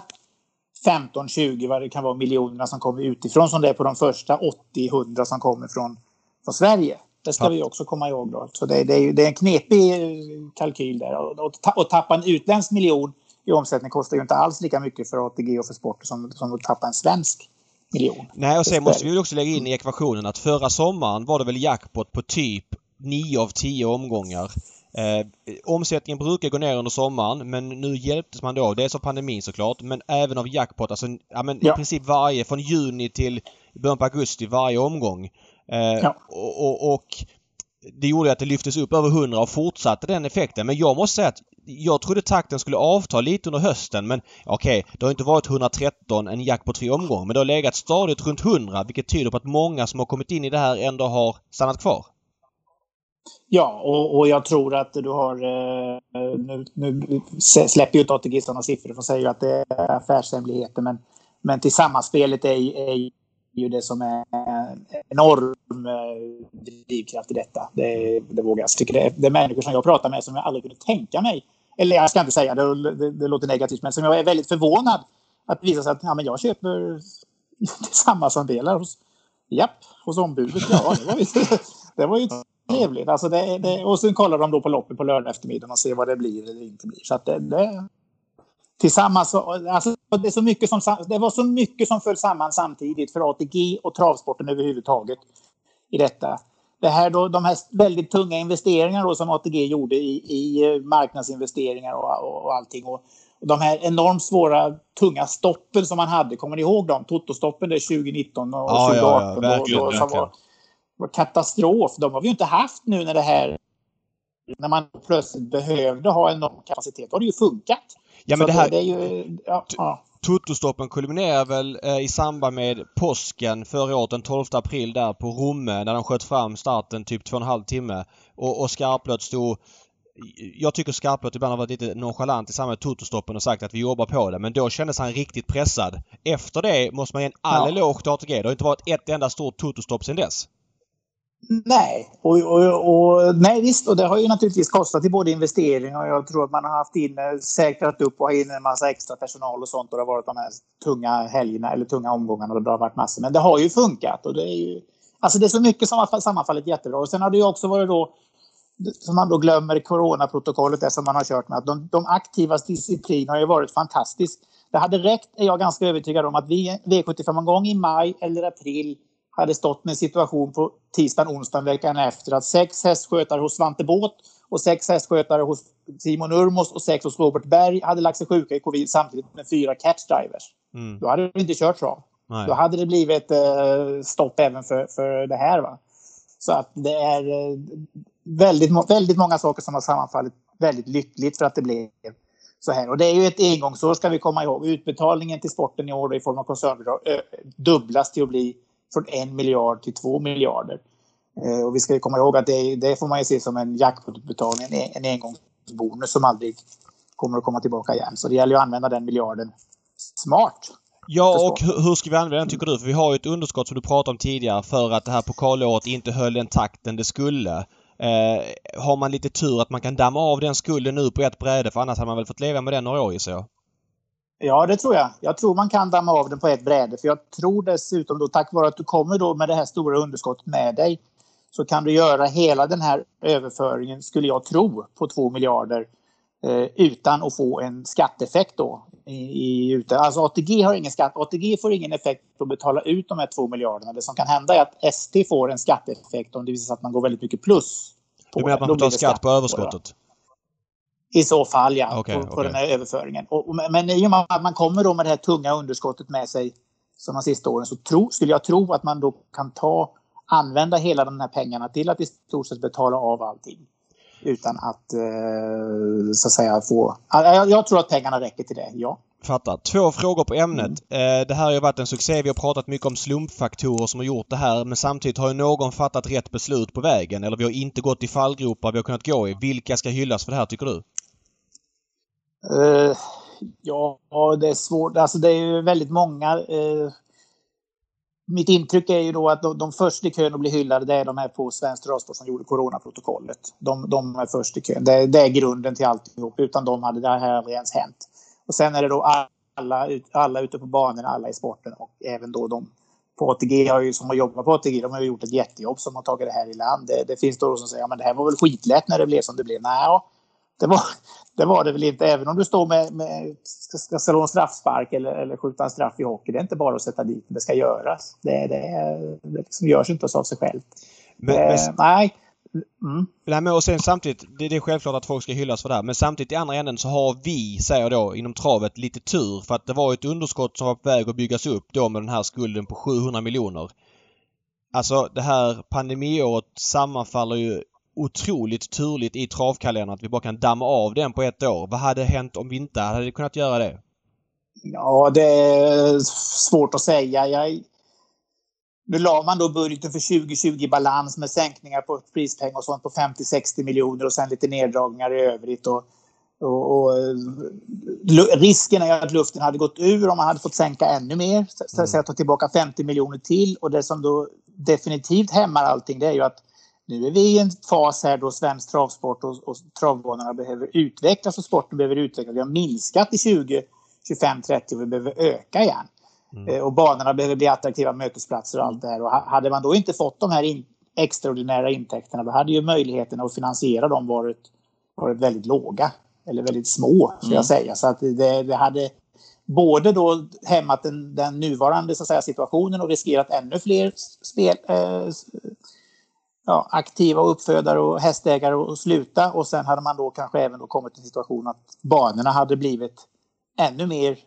femton tjugo vad det kan vara miljonerna som kommer utifrån som det är på de första åttio hundra som kommer från, från Sverige. Det ska ja. vi också komma ihåg då. Så det, det, är, det är en knepig kalkyl där. Och, och, och tappa en utländsk miljon i omsättning kostar ju inte alls lika mycket för A T G och för sport som, som att tappa en svensk miljon. Nej, och sen måste vi också lägga in i ekvationen att förra sommaren var det väl jackpot på typ nio av tio omgångar. Eh, omsättningen brukar gå ner under sommaren, men nu hjälptes man då. Det är så pandemin såklart, men även av jackpot. Alltså, ja, men ja. i princip varje, från juni till början på augusti, varje omgång. Eh, ja. och, och, och det gjorde att det lyftes upp över hundra och fortsatte den effekten. Men jag måste säga att jag trodde takten skulle avta lite under hösten, men okej, okay, det har inte varit hundratretton en jack på tre omgång, men det har legat stadigt runt hundra, vilket tyder på att många som har kommit in i det här ändå har stannat kvar. Ja, och, och jag tror att du har eh, nu, nu släpper ju inte A T G sådana siffror för att säga att det är affärshemligheter, men, men till sammanspelet är, är ju det som är en enorm drivkraft i detta. Det, det vågar jag tycka. Det är, det är människor som jag pratar med som jag aldrig kunde tänka mig. Eller jag ska inte säga, det, det, det låter negativt, men som jag är väldigt förvånad att visa sig att ja, men jag köper samma som delar hos, japp, hos ombudet. Ja, det var ju, det var ju trevligt. Alltså det, det, och sen kollar de då på loppet på lördag eftermiddag och ser vad det blir eller inte blir. Så att det... det tillsammans, alltså det, är så mycket som, det var så mycket som föll samman samtidigt för A T G och travsporten överhuvudtaget i detta. Det här då, de här väldigt tunga investeringarna då som A T G gjorde i, i marknadsinvesteringar och, och, och allting. Och, och de här enormt svåra, tunga stoppen som man hade, kommer ni ihåg dem? Totostoppen där tjugonitton och ja, tjugoarton. Ja, ja, verkligen, då, då, som var, var katastrof. De har vi ju inte haft nu när det här när man plötsligt behövde ha enorm kapacitet, har det ju funkat. Ja, men så det här... det, det är ju... Ja, ja. Totostoppen kulminerar väl eh, i samband med påsken förra året den tolfte april där på Romme när de sköt fram starten typ två och en halv timme. Och, och Skarplöt stod... Jag tycker Skarplöt ibland har varit lite nonchalant i samband med Totostoppen och sagt att vi jobbar på det. Men då kändes han riktigt pressad. Efter det måste man ge en all eloge till A T G. Det har inte varit ett enda stort Totostopp sedan dess. Nej, och, och, och, nej visst, och det har ju naturligtvis kostat i både investeringar och jag tror att man har haft in, säkrat upp och ha in en massa extra personal och sånt och det har varit de här tunga helgerna eller tunga omgångarna och det har varit massor. Men det har ju funkat och det är ju, alltså det är så mycket som har sammanfallit jättebra. Och sen har det ju också varit då, som man då glömmer, coronaprotokollet, det som man har kört med, att de, de aktivas disciplin har ju varit fantastiskt. Det hade räckt, är jag ganska övertygad om, att vi V sjuttiofem en gång i maj eller april hade stått med en situation på tisdagen, onsdagen veckan efter att sex hästskötare hos Svante Båth och sex hästskötare hos Simon Urmos och sex hos Robert Berg hade lagt sig sjuka i covid samtidigt med fyra catchdrivers. Mm. Då hade det inte kört så. Nej. Då hade det blivit eh, stopp även för, för det här. Va? Så att det är eh, väldigt, väldigt många saker som har sammanfallit väldigt lyckligt för att det blev så här. Och det är ju ett engångsår, ska vi komma ihåg. Utbetalningen till sporten i år i form av koncernbidrag eh, dubblas till att bli från en miljard till två miljarder. Eh, och vi ska ju komma ihåg att det, det får man ju se som en jackpotutbetalning, en, en engångsbonus som aldrig kommer att komma tillbaka igen. Så det gäller ju att använda den miljarden smart. Ja, och hur, hur ska vi använda den tycker du? För vi har ju ett underskott som du pratade om tidigare för att det här pokalåret inte höll den takten det skulle. Eh, har man lite tur att man kan damma av den skulden nu på ett bräde, för annars hade man väl fått leva med den några år i sig? Ja, det tror jag. Jag tror man kan damma av den på ett bräde. För jag tror dessutom då, tack vare att du kommer då med det här stora underskottet med dig, så kan du göra hela den här överföringen, skulle jag tro, på två miljarder eh, utan att få en skatteeffekt då. I, i, ute. Alltså A T G har ingen skatt. A T G får ingen effekt på att betala ut de här två miljarderna. Det som kan hända är att S T får en skatteeffekt om det visar sig att man går väldigt mycket plus. På du menar att man betalar skatt på överskottet? I så fall, ja. Okay, på, på okay. den här överföringen. Och, men i och med att man kommer då med det här tunga underskottet med sig som de sista åren, så tro, skulle jag tro att man då kan ta, använda hela de här pengarna till att i stort sett betala av allting. Utan att, eh, så att säga, få... Jag, jag tror att pengarna räcker till det, ja. Fattar. Två frågor på ämnet. Mm. Eh, det här har ju varit en succé. Vi har pratat mycket om slumpfaktorer som har gjort det här. Men samtidigt har ju någon fattat rätt beslut på vägen. Eller vi har inte gått i fallgropar vi har kunnat gå i. Vilka ska hyllas för det här, tycker du? Uh, ja, det är svårt. Alltså det är ju väldigt många... Uh, mitt intryck är ju då att de, de första i kön att bli hyllade, det är de här på Svensk Travsport som gjorde coronaprotokollet. De, de är först i kön. Det, det är grunden till alltihop. Utan de hade det här aldrig ens hänt. Och sen är det då alla, alla ute på banorna, alla i sporten och även då de på A T G har ju, som har jobbat på A T G, de har gjort ett jättejobb som har tagit det här i land. Det, det finns då som säger, ja men det här var väl skitlätt när det blev som det blev. Nej, det var det, var det väl inte. Även om du står med, med ska slå en straffspark eller, eller skjuta en straff i hockey, det är inte bara att sätta dit, det ska göras. Det, det, det liksom görs inte av sig själv. Men, eh, men... Nej. Mm. Nej, men och sen samtidigt, det, det är självklart att folk ska hyllas för det här. Men samtidigt i andra änden så har vi, säger då, inom travet lite tur. För att det var ett underskott som var på väg att byggas upp då med den här skulden på sjuhundra miljoner. Alltså det här pandemiåret sammanfaller ju otroligt turligt i travkalendern att vi bara kan damma av den på ett år. Vad hade hänt om vi inte hade kunnat göra det? Ja, det är svårt att säga. Jag... Nu la man då budgeten för tjugo tjugo i balans med sänkningar på prispengar och sånt på femtio till sextio miljoner och sen lite neddragningar i övrigt. Och, och, och risken är att luften hade gått ur om man hade fått sänka ännu mer. Så att säga, ta tillbaka femtio miljoner till. Och det som då definitivt hämmar allting, det är ju att nu är vi i en fas här då svensk travsport och, och travbanorna behöver utvecklas och sporten behöver utvecklas. Vi har minskat i tjugo, tjugofem, trettio och vi behöver öka igen. Mm. Och banorna behöver bli attraktiva mötesplatser och allt det här. Och hade man då inte fått de här in, extraordinära intäkterna, då hade ju möjligheterna att finansiera dem varit, varit väldigt låga. Eller väldigt små, ska mm. jag säga. Så att det, det hade både då hämmat den, den nuvarande så att säga, situationen och riskerat ännu fler spel, eh, ja, aktiva uppfödare och hästägare att sluta. Och sen hade man då kanske även då kommit till en situation att banorna hade blivit ännu mer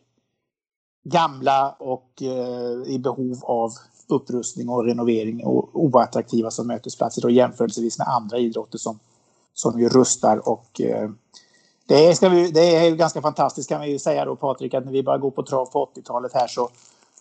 gamla och eh, i behov av upprustning och renovering och oattraktiva som mötesplatser och jämförelsevis med andra idrotter som, som ju rustar och eh, det, är, ska vi, det är ju ganska fantastiskt kan vi ju säga då Patrik, att när vi började gå på trav på åttiotalet här så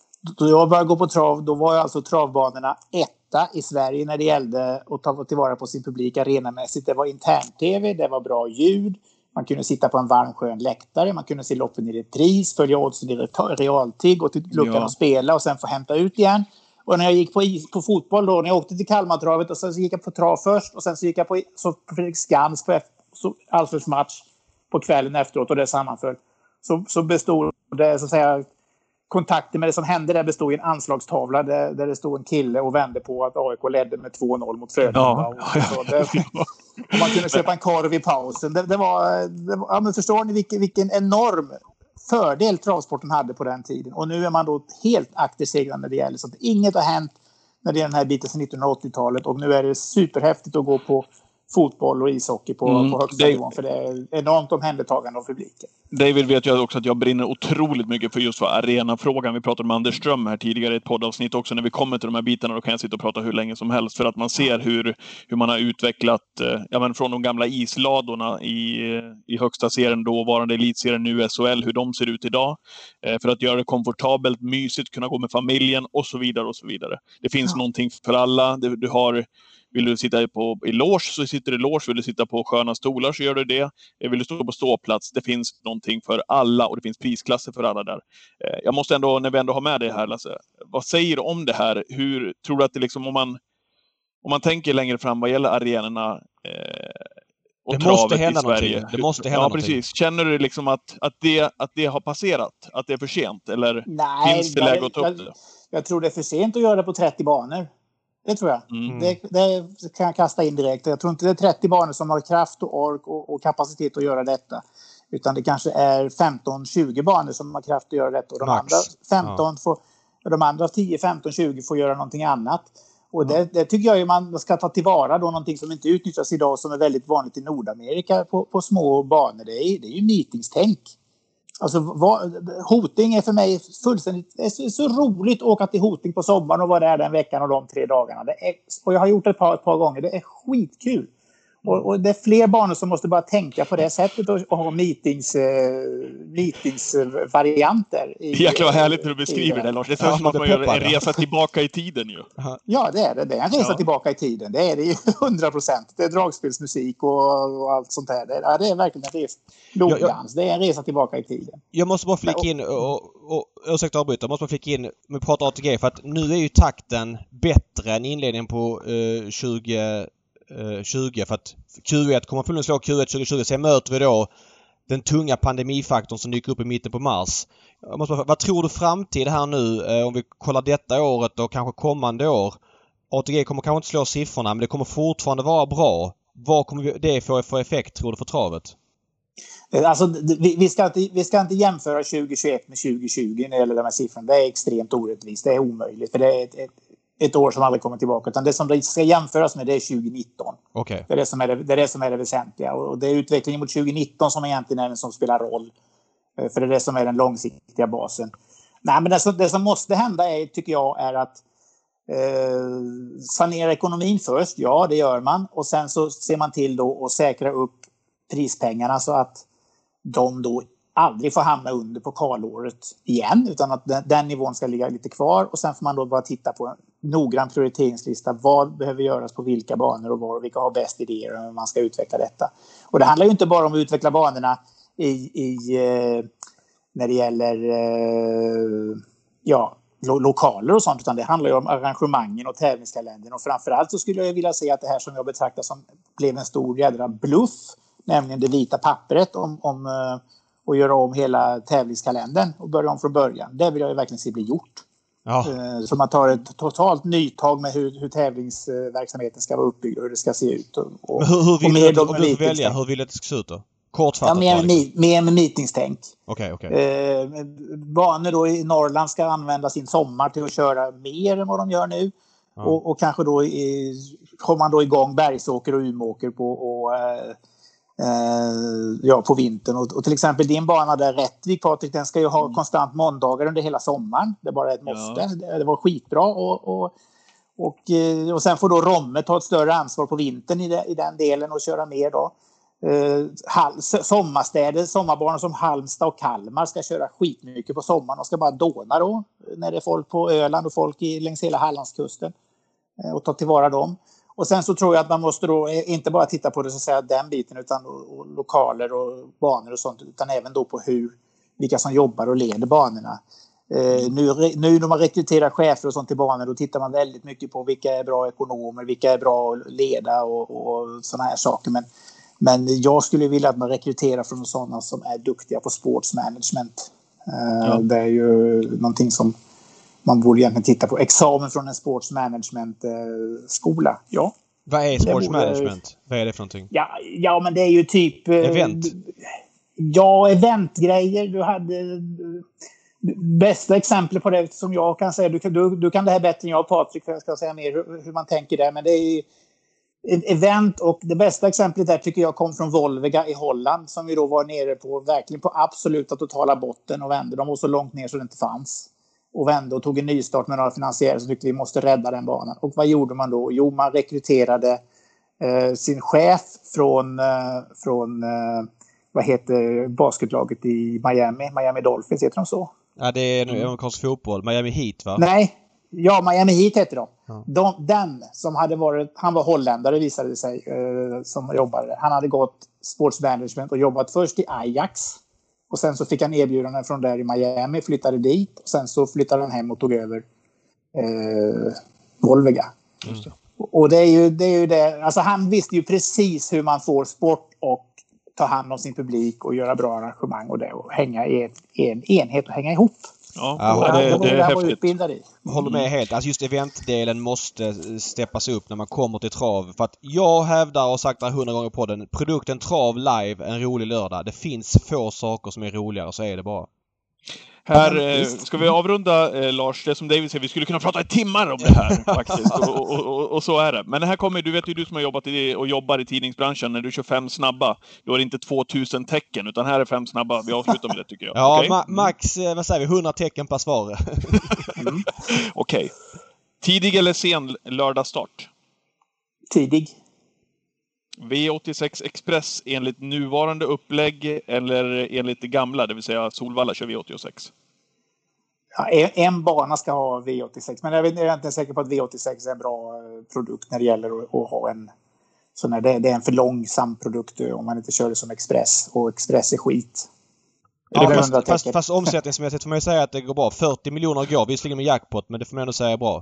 då jag började gå på trav, då var ju alltså travbanorna etta i Sverige när det gällde att ta tillvara på sin publik arenamässigt. Det var intern-tv, det var bra ljud, man kunde sitta på en varm skön läktare, man kunde se loppen i repris, följa oddsen i realtid, gå till luckan ja. och spela och sen få hämta ut igen. Och när jag gick på, is, på fotboll då, när jag åkte till Kalmartravet och sen så gick jag på trav först och sen så gick jag på, så på Fredrik Skans på så, Alfreds match på kvällen efteråt och det sammanföll. Så, så bestod det så att säga kontakten med det som hände där bestod i en anslagstavla där, där det stod en kille och vände på att A I K ledde med två noll mot Frölunda. Ja. Och, det, och man kunde köpa en korv i pausen. Det, det var, det var ja, men förstår ni vilken, vilken enorm fördel travsporten hade på den tiden. Och nu är man då helt akterseglande när det gäller. Så att inget har hänt när det är den här biten sedan nittonhundraåttiotalet. Och nu är det superhäftigt att gå på fotboll och ishockey på, mm, på högsta det, nivån. För det är enormt omhändertagande av publiken. David vet jag också att jag brinner otroligt mycket för just för arenafrågan. Vi pratade med Anders Ström här tidigare i ett poddavsnitt också. När vi kommer till de här bitarna då kan jag sitta och prata hur länge som helst. För att man ser hur, hur man har utvecklat ja, men från de gamla isladorna i, i högsta serien, dåvarande elitserien nu S H L, hur de ser ut idag. För att göra det komfortabelt, mysigt, kunna gå med familjen och så vidare och så vidare. Det finns ja. någonting för alla. Du, du har... Vill du sitta på, i loge så sitter du i loge. Vill du sitta på sköna stolar så gör du det. Vill du stå på ståplats, det finns någonting för alla och det finns prisklasser för alla där. Jag måste ändå, när vi ändå har med det här Lasse, vad säger du om det här? Hur tror du att det liksom, om man, om man tänker längre fram vad gäller arenorna eh, och det måste hända i Sverige. Det måste hända ja, någonting. Precis. Känner du liksom att, att, det, att det har passerat? Att det är för sent? Eller Nej, finns det läge att ta upp det? Jag, jag tror det är för sent att göra det på trettio banor. Det tror jag. Mm. Det, det kan jag kasta in direkt. Jag tror inte det är trettio banor som har kraft och ork och, och kapacitet att göra detta. Utan det kanske är femton tjugo banor som har kraft att göra detta. Och de Max. andra femton ja. får, de andra tio, femton, tjugo får göra någonting annat. Och det, det tycker jag ju man ska ta tillvara då, någonting som inte utnyttjas idag som är väldigt vanligt i Nordamerika på, på små banor. Det är, det är ju meetingstänk. Alltså, vad, Hoting är för mig fullständigt... Det är så, så roligt att åka till Hoting på sommaren och vara där den veckan och de tre dagarna. Det är, och jag har gjort det ett par, ett par gånger. Det är skitkul. Och, och det är fler banor som måste bara tänka på det sättet och, och ha meetings, eh, meetingsvarianter. Jäklar vad härligt när du beskriver det, det Lars. Det är ja, som att man gör en resa tillbaka i tiden ju. Ja, det är det. Det är en resa ja. tillbaka i tiden. Det är det ju hundra procent. Det är dragspelsmusik och, och allt sånt här. Det är, ja, det är verkligen en resa. Logdans. Det är en resa tillbaka i tiden. Jag måste bara flika in och, och, och ursäkta avbryta. Jag måste bara flika in med prata A T G för att nu är ju takten bättre än inledningen på uh, tjugo tjugo för att Q ett kommer förmodligen slå Q ett tjugo tjugo. Sen möter vi då den tunga pandemifaktorn som dyker upp i mitten på mars. Jag måste bara, vad tror du framtid här nu eh, om vi kollar detta året och kanske kommande år? A T G kommer kanske inte slå siffrorna men det kommer fortfarande vara bra. Vad kommer det få för effekt tror du för travet? Alltså, vi, vi, ska inte, vi ska inte jämföra tjugo tjugoett med tjugo tjugo när det gäller de här siffrorna. Det är extremt orättvist. Det är omöjligt för det är ett, ett ett år som aldrig kommer tillbaka. Utan det som det ska jämföras med det är tjugo nitton. Okay. Det är det som är det, det är det som är det väsentliga. Och det är utvecklingen mot tjugo nitton som egentligen är den som spelar roll. För det är det som är den långsiktiga basen. Nej, men det som, det som måste hända är, tycker jag, är att eh, sanera ekonomin först. Ja, det gör man. Och sen så ser man till då att säkra upp prispengarna så att de då aldrig får hamna under pokalåret igen utan att den, den nivån ska ligga lite kvar och sen får man då bara titta på en noggrann prioriteringslista. Vad behöver göras på vilka banor och var och vilka har bäst idéer om hur man ska utveckla detta. Och det handlar ju inte bara om att utveckla banorna i, i eh, när det gäller eh, ja, lo- lokaler och sånt utan det handlar ju om arrangemangen och tävlingskalendern och framförallt så skulle jag vilja se att det här som jag betraktar som blev en stor jädra bluff, nämligen det vita pappret om, om eh, och göra om hela tävlingskalendern och börja om från början. Det vill jag ju verkligen se bli gjort. Ja. Så man tar ett totalt nytag med hur, hur tävlingsverksamheten ska vara uppbyggd och hur det ska se ut. Och, och, Men hur, hur vill du, om du får välja, hur vill det ska se ut då? Kortfattat. Ja, mer, liksom. mer med meetingstänk. Okej, okay, okej. Okay. Eh, banor då i Norrland ska använda sin sommar till att köra mer än vad de gör nu. Ja. Och, och kanske då i, kommer man då igång Bergsåker och Umeåker på och eh, Uh, ja, på vintern. Och, och till exempel din bana där Rättvik, Patrik, den ska ju ha mm. konstant måndagar under hela sommaren. Det är bara ett måste. Ja. Det, det var skitbra och, och, Och, eh, och sen får då Romme ta ett större ansvar på vintern i, de, i den delen och köra mer då. Eh, Hall, sommarstäder, sommarbarn som Halmstad och Kalmar ska köra skitmycket på sommaren och ska bara dåna då när det är folk på Öland och folk i, längs hela Hallandskusten eh, och ta tillvara dem. Och sen så tror jag att man måste då inte bara titta på det så att säga den biten utan och, och lokaler och banor och sånt utan även då på hur vilka som jobbar och leder banorna. Eh, nu, nu när man rekryterar chefer och sånt till banor då tittar man väldigt mycket på vilka är bra ekonomer, vilka är bra att leda och, och sådana här saker. Men, men jag skulle vilja att man rekryterar från sådana som är duktiga på sportsmanagement. Eh, ja. Det är ju någonting som man borde egentligen titta på. Examen från en sportsmanagement-skola, eh, ja. Vad är sportsmanagement? Vad är det för någonting? Ja, ja men det är ju typ... Event? Eh, ja, eventgrejer. Du hade... Bästa exempel på det som jag kan säga, du, du, du kan det här bättre än jag Patrik, för jag ska säga mer hur, hur man tänker där, men det är ju event och det bästa exemplet där tycker jag kom från Volvega i Holland som vi då var nere på, verkligen på absoluta totala botten och vände. De var så långt ner så det inte fanns. Och vände och tog en nystart med några finansiärer som tyckte vi måste rädda den banan. Och vad gjorde man då? Jo, man rekryterade eh, sin chef från, eh, från eh, vad heter basketlaget i Miami? Miami Dolphins, heter de så? Ja, det är en amerikansk fotboll. Miami Heat, va? Nej, ja, Miami Heat heter de. Ja. de. Den som hade varit, han var holländare visade det sig, eh, som jobbade. Han hade gått sportsmanagement och jobbat först i Ajax. Och sen så fick han erbjudanden från där i Miami, flyttade dit. Och sen så flyttade han hem och tog över eh, Volvega. Just det. Och det är, ju, det är ju det, alltså han visste ju precis hur man får sport och ta hand om sin publik och göra bra arrangemang och det och hänga i ett, en enhet och hänga ihop. Ja, ja det, det, det, det är häftigt. Jag håller med helt. Alltså just eventdelen måste steppas upp när man kommer till trav. För att jag hävdar och har sagt det hundra gånger på den. Produkten Trav Live en rolig lördag. Det finns få saker som är roligare, så är det bara. Här ska vi avrunda, eh, Lars, det som David säger, vi skulle kunna prata i timmar om det här faktiskt, och, och, och, och så är det. Men det här kommer, du vet ju du som har jobbat i, och jobbar i tidningsbranschen, när du kör fem snabba, då är det inte tvåtusen tecken, utan här är fem snabba, vi avslutar med det tycker jag. Ja, okay? ma- max, vad säger vi, hundra tecken per svar. mm. Okej. Okay. Tidig eller sen lördagsstart? Tidig. V åttiosex Express enligt nuvarande upplägg eller enligt det gamla, det vill säga Solvalla kör V åttiosex? Ja, en, en bana ska ha V åttiosex, men jag är inte säker på att V åttiosex är en bra produkt när det gäller att, att ha en sån här, det, det är en för långsam produkt om man inte kör det som Express, och Express är skit. Ja, fast, fast, fast omsättningsmässigt får man ju säga att det går bra. fyrtio miljoner går visserligen med jackpot, men det får man ändå säga är bra.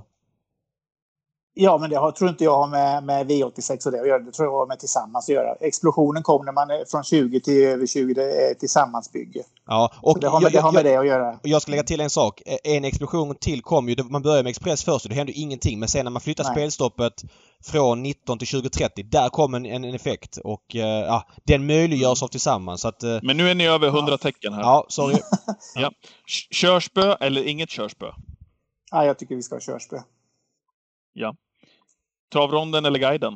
Ja, men det har, tror inte jag har med, med V åttiosex och det att göra. Det tror jag har med tillsammans att göra. Explosionen kom när man är från tjugo till över tjugo. Det är tillsammansbygge. Ja, och så det har med, jag, det, har med jag, det att göra. Jag ska lägga till en sak. En explosion till kom ju. Man började med Express först och det hände ingenting. Men sen när man flyttar Nej. spelstoppet från nitton till tjugo trettio, där kom en, en effekt. Och ja, den möjliggörs av tillsammans. Så att, men nu är ni över hundra ja. tecken här. Ja, sorry. ja. Körspö eller inget körspö? Ja, jag tycker vi ska ha körspö. Ja. Travronden eller guiden?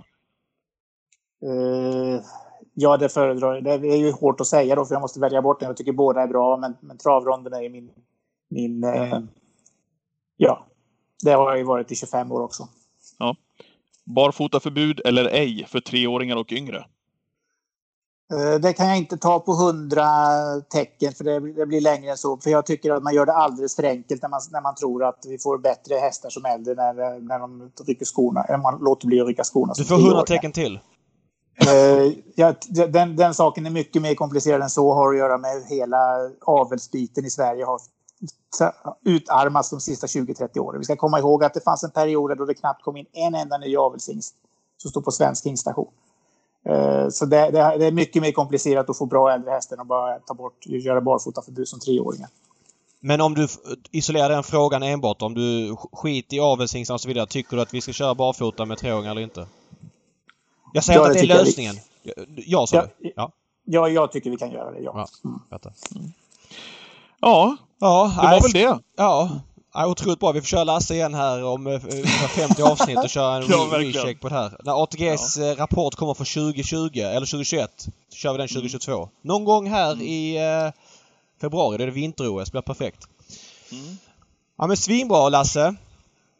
Uh, ja, det föredrar. Det är ju hårt att säga då, för jag måste välja bort den. Jag tycker båda är bra, men, men travronden är min... min uh, ja, det har ju varit i tjugofem år också. Ja. Barfotaförbud eller ej för treåringar och yngre? Det kan jag inte ta på hundra tecken, för det, det blir längre än så. För jag tycker att man gör det alldeles för enkelt när man, när man tror att vi får bättre hästar som äldre när, när de rycker skorna. Eller man låter bli att rycka skorna. Du får hundra tecken till. Uh, ja, den, den saken är mycket mer komplicerad än så. Har att göra med hela avelsbiten i Sverige har utarmats de sista tjugo till trettio åren. Vi ska komma ihåg att det fanns en period då det knappt kom in en enda ny avelshingst som stod på svensk hingstation. Så det, det är mycket mer komplicerat att få bra äldre hästar än att bara ta bort, göra barfotaförbud som treåringar. Men om du isolerar den frågan enbart, om du skit i avelshingstar och så vidare, tycker du att vi ska köra barfota med treåringar eller inte? Jag säger ja, att det är lösningen. Vi... Ja, så ja, ja. ja, jag tycker vi kan göra det, ja. Ja, mm. mm. ja, ja det var nej, väl det. Ja, ja, otroligt bra. Vi får köra Lasse igen här om femtio avsnitt och köra en ja, recheck på det här. När A T G:s ja. rapport kommer för tjugo tjugo eller tjugo tjugoett så kör vi den tjugo tjugotvå. Mm. Någon gång här mm. i eh, februari, det är det vinter-O S, blir perfekt. Mm. Ja, men svinbra Lasse.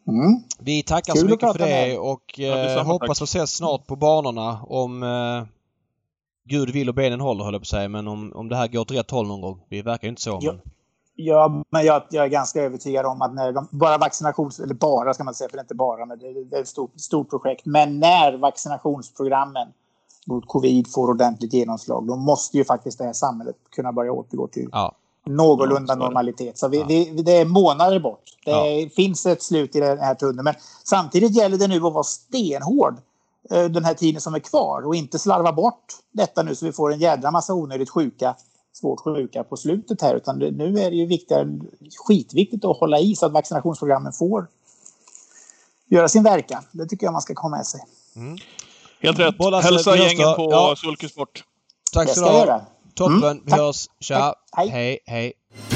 Mm. Vi tackar Kul så mycket för det med. och eh, ja, hoppas att ses snart på banorna om eh, Gud vill och benen håller, höll jag på att säga. Men om, om det här går åt rätt håll någon gång. Det verkar ju inte så. Ja. Men... Ja, men jag, jag är ganska övertygad om att när de, bara vaccinations... Eller bara ska man säga, för det är inte bara, men det, det är ett stort, stort projekt. Men när vaccinationsprogrammen mot covid får ordentligt genomslag, då måste ju faktiskt det här samhället kunna börja återgå till ja. någorlunda ja, så normalitet. Så vi, ja. vi, det är månader bort. Det Ja. finns ett slut i den här tunneln. Men samtidigt gäller det nu att vara stenhård den här tiden som är kvar och inte slarva bort detta nu så vi får en jädra massa onödigt sjuka, svårt sjuka på slutet här. Utan det, nu är det ju viktigare, skitviktigt att hålla i så att vaccinationsprogrammen får göra sin verkan. Det tycker jag man ska komma med sig. Mm. Helt rätt. Bolla, Hälsa vi hörs gänget då. på Ja. Sulkesport. Tack Det så ska jag du ha. göra. Toppen. Mm, vi tack. hörs. Tja. Tack. Hej. Hej, hej.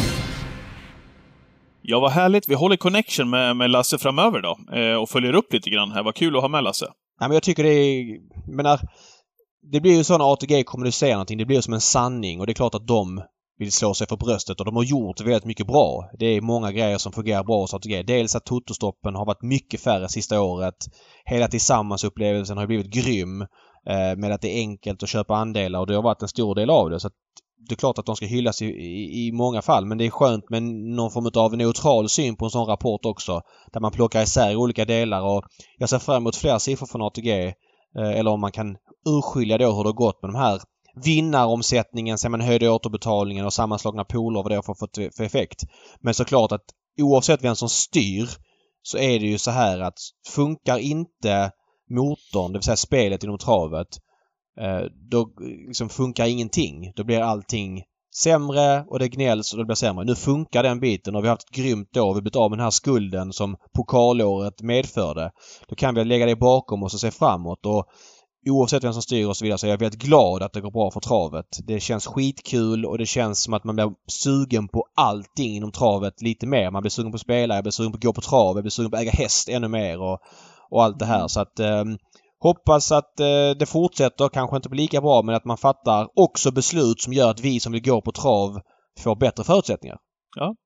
Ja, vad härligt. Vi håller connection med, med Lasse framöver då. Eh, och följer upp lite grann här. Vad kul att ha med Lasse. Ja, men jag tycker det är... Menar, det blir ju så när A T G kommunicerar någonting. Det blir som en sanning. Och det är klart att de vill slå sig för bröstet. Och de har gjort väldigt mycket bra. Det är många grejer som fungerar bra hos A T G. Dels att Totostoppen har varit mycket färre sista året. Hela tillsammans-upplevelsen har blivit grym. Eh, med att det är enkelt att köpa andelar. Och det har varit en stor del av det. Så att det är klart att de ska hyllas i, i, i många fall. Men det är skönt med någon form av neutral syn på en sån rapport också. Där man plockar isär olika delar. Och jag ser fram emot fler siffror från A T G. Eh, eller om man kan urskilja då hur det har gått med de här vinnaromsättningen, sen man höjde återbetalningen och sammanslagna pooler, vad det har fått för effekt. Men såklart att oavsett vem som styr så är det ju så här att funkar inte motorn, det vill säga spelet inom travet, då liksom funkar ingenting. Då blir allting sämre och det gnälls och det blir sämre. Nu funkar den biten och vi har haft ett grymt år. Vi har blivit av med den här skulden som pokalåret medförde. Då kan vi lägga det bakom oss och se framåt. Och oavsett vem som styr och så vidare så är jag väldigt glad att det går bra för travet. Det känns skitkul och det känns som att man blir sugen på allting inom travet lite mer. Man blir sugen på att spela, jag blir sugen på att gå på trav, jag blir sugen på att äga häst ännu mer och, och allt det här. Så att eh, hoppas att eh, det fortsätter, kanske inte blir lika bra, men att man fattar också beslut som gör att vi som vill gå på trav får bättre förutsättningar. Ja.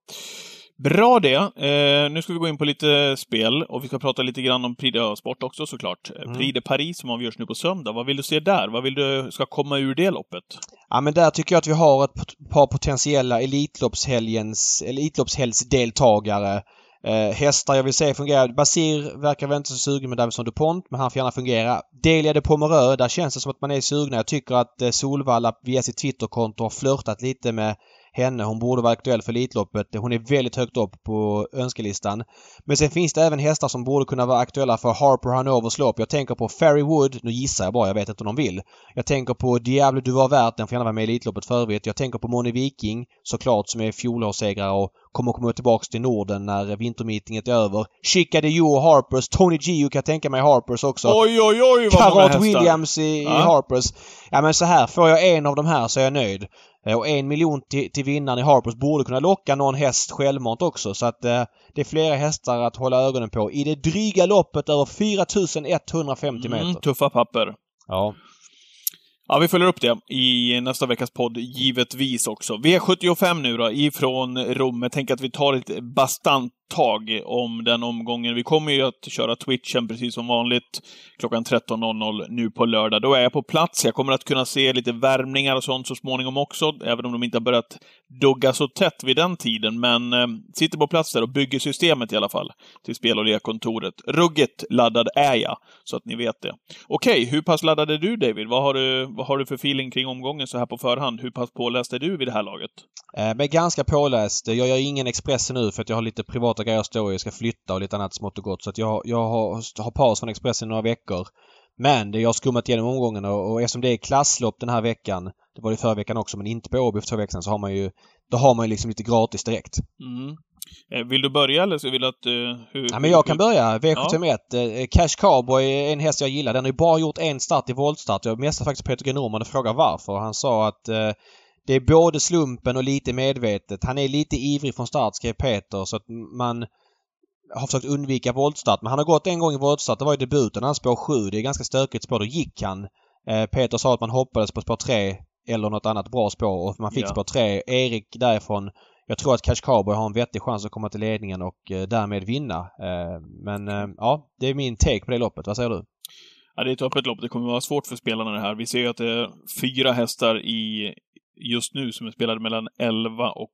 Bra det. Eh, nu ska vi gå in på lite spel och vi ska prata lite grann om Prix de Sport också såklart. Mm. Prix de Paris som avgörs nu på söndag. Vad vill du se där? Vad vill du ska komma ur det loppet? Ja, men där tycker jag att vi har ett par potentiella Elitloppshelgens Elitloppshelgsdeltagare. Eh, hästar jag vill se fungerar. Basir verkar väl inte så sugen med Davison DuPont, men han får gärna fungera. Delia de Pomereux, där känns det som att man är sugna. Jag tycker att eh, Solvalla via sitt Twitterkonto har flörtat lite med henne. Hon borde vara aktuell för Elitloppet. Hon är väldigt högt upp på önskelistan. Men sen finns det även hästar som borde kunna vara aktuella för Harper Hanovers lopp. Jag tänker på Fairy Wood. Nu gissar jag bara, jag vet inte om de vill. Jag tänker på Diablo du var värt. Den får gärna vara med i Elitloppet för övrigt. Jag tänker på Moni Viking, såklart, som är fjolårssegrare och kommer komma tillbaka till Norden när vintermeetinget är över. Chica de Jo och Harpers. Tony Gio kan jag tänka mig Harpers också. Oj, oj, oj, vad många hästar. Williams i, ja. i Harpers. Ja, men så här. Får jag en av de här så är jag nöjd. Och en miljon till, till vinnaren i Harpers borde kunna locka någon häst självmant också. Så att eh, det är flera hästar att hålla ögonen på. I det dryga loppet över fyra tusen etthundrafemtio meter. Mm, tuffa papper. Ja. Ja, vi följer upp det i nästa veckas podd, givetvis också. V sjuttiofem nu då, ifrån Rom. Jag tänker att vi tar ett bastant tag om den omgången. Vi kommer ju att köra Twitchen precis som vanligt klockan tretton noll noll nu på lördag. Då är jag på plats. Jag kommer att kunna se lite värmningar och sånt så småningom också, även om de inte har börjat dugga så tätt vid den tiden. Men eh, sitter på plats där och bygger systemet i alla fall till spel- och lekkontoret. Ruggigt laddad är jag, så att ni vet det. Okej, hur pass laddad är du, David? Vad har du, vad har du för feeling kring omgången så här på förhand? Hur pass påläst är du vid det här laget? Eh, men ganska påläst. Jag gör ingen Expressen nu för att jag har lite privata grejer att stå i. Jag ska flytta och lite annat smått och gott. Så att jag, jag har, har paus från Expressen i några veckor. Men det jag har skummat igenom omgången och, och eftersom det är klasslopp den här veckan, det var det förra veckan också, men inte på Åby för två veckor sedan, så har man ju, då har man ju liksom lite gratis direkt. Mm. Eh, vill du börja eller så vill du att... Uh, hur, ja, men jag kan hur... börja. V sjuttioett. Ja. Eh, Cash Cowboy är en häst jag gillar. Den har ju bara gjort en start i voltstart. Jag mästade faktiskt Peter G. Norman och frågade varför. Han sa att eh, det är både slumpen och lite medvetet. Han är lite ivrig från start, skrev Peter, så att man har försökt undvika voltstart. Men han har gått en gång i voltstart. Det var i debuten. Han spår sju. Det är ganska stökigt spår. Då gick han. Eh, Peter sa att man hoppades på spår tre eller något annat bra spår. Och man fick ja. spår tre. Erik därifrån, jag tror att Cash Cowboy har en vettig chans att komma till ledningen och eh, därmed vinna. Eh, men eh, ja, det är min take på det loppet. Vad säger du? Ja, det är ett öppet lopp. Det kommer vara svårt för spelarna det här. Vi ser ju att det är fyra hästar i just nu som är spelade mellan elva och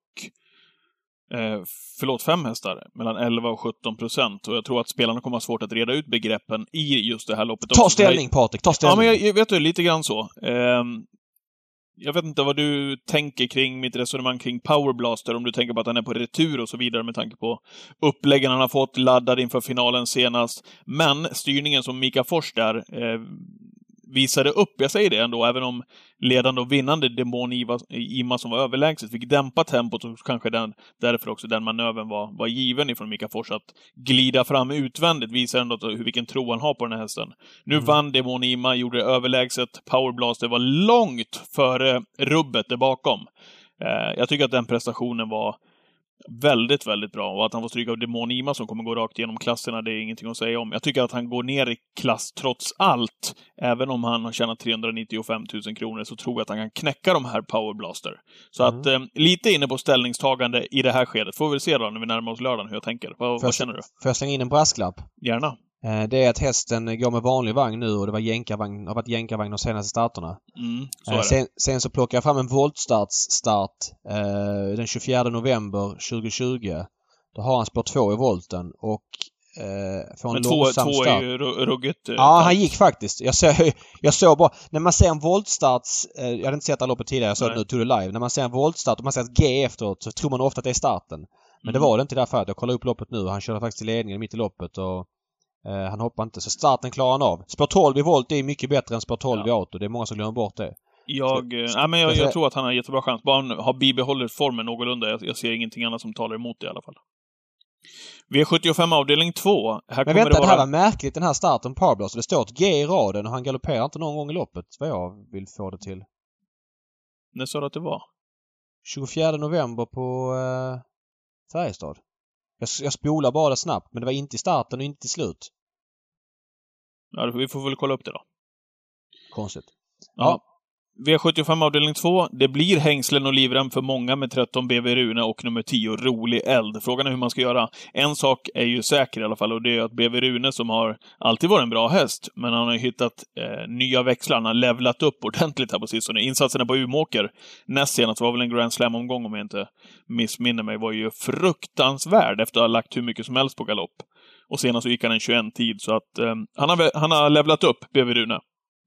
eh, förlåt, fem hästar mellan elva och sjutton procent. Och jag tror att spelarna kommer ha svårt att reda ut begreppen i just det här loppet. Ta ställning, Patrik. Ta ställning. Ja, men jag, jag vet ju lite grann så. Eh, jag vet inte vad du tänker kring mitt resonemang kring Power Blaster, om du tänker på att han är på retur och så vidare med tanke på uppläggen han har fått laddad inför finalen senast. Men styrningen som Mika Fors där eh, visade upp, jag säger det ändå, även om ledande och vinnande Demon Ima som var överlägset fick dämpa tempot, och kanske den, därför också den manövern var, var given ifrån Mika Fors att glida fram utvändigt, visar ändå hur, vilken tro han har på den här hästen. Nu mm. vann Demon Ima, gjorde det överlägset. Power Blaster var långt före rubbet där bakom. Eh, jag tycker att den prestationen var väldigt, väldigt bra. Och att han får stryka av Demon Ima som kommer gå rakt igenom klasserna, det är ingenting att säga om. Jag tycker att han går ner i klass trots allt. Även om han har tjänat trehundranittiofem tusen kronor så tror jag att han kan knäcka de här Power Blaster. Så mm. att eh, lite inne på ställningstagande i det här skedet. Får vi se då när vi närmar oss lördagen hur jag tänker. Vad, vad känner du? Får jag slänga in en brasklapp? Gärna. Det är att hästen går med vanlig vagn nu och det var jänkarvagn, har varit jänkarvagn de senaste starterna. Mm, så är det. Sen, sen så plockar jag fram en voltstartsstart eh, den tjugofjärde november tjugohundratjugo. Då har han spår två i volten och eh, får en Men långsam två, två start. är ju ruggigt. Eh, ja, han gick faktiskt. Jag såg, jag såg bara, när man ser en voltstarts, eh, jag hade inte sett alla loppet tidigare, jag såg det nu, tog det live. När man ser en voltstart och man ser ett G efteråt så tror man ofta att det är starten. Men mm. det var det inte därför att jag kollade upp loppet nu. Han körde faktiskt till ledningen mitt i loppet och Uh, han hoppar inte, så starten klarar han av. Spår tolv i volt är mycket bättre än spår tolv ja. i auto. Det är många som glömmer bort det. Jag, så, äh, men jag, jag tror att han har jättebra chans. Bara han har bibehållit formen någorlunda. Jag, jag ser ingenting annat som talar emot det i alla fall. V sjuttiofem avdelning två. Här men kommer vänta, det, vara... det här var märkligt, den här starten på Powerblaster. Det står ett G i raden och han galopperar inte någon gång i loppet. Vad jag vill få det till. När sa du att det var? tjugofjärde november på uh, Färjestad. Jag, jag spolar bara det snabbt, men det var inte i starten och inte i slut. Ja, vi får väl kolla upp det då. Konstigt. Ja. ja. V sjuttiofem avdelning två. Det blir hängslen och livrem för många med tretton B V Rune och nummer tio Rolig Eld. Frågan är hur man ska göra. En sak är ju säker i alla fall, och det är att B V Rune, som har alltid varit en bra häst, men han har ju hittat eh, nya växlar. Han har levlat upp ordentligt här på sistone. Insatserna på Umeåker näst senast var väl en Grand Slam-omgång, om jag inte missminner mig, var ju fruktansvärd efter att ha lagt hur mycket som helst på galopp. Och senast så gick han en tjugoett-tid, så att eh, han, har, han har levlat upp B V Rune.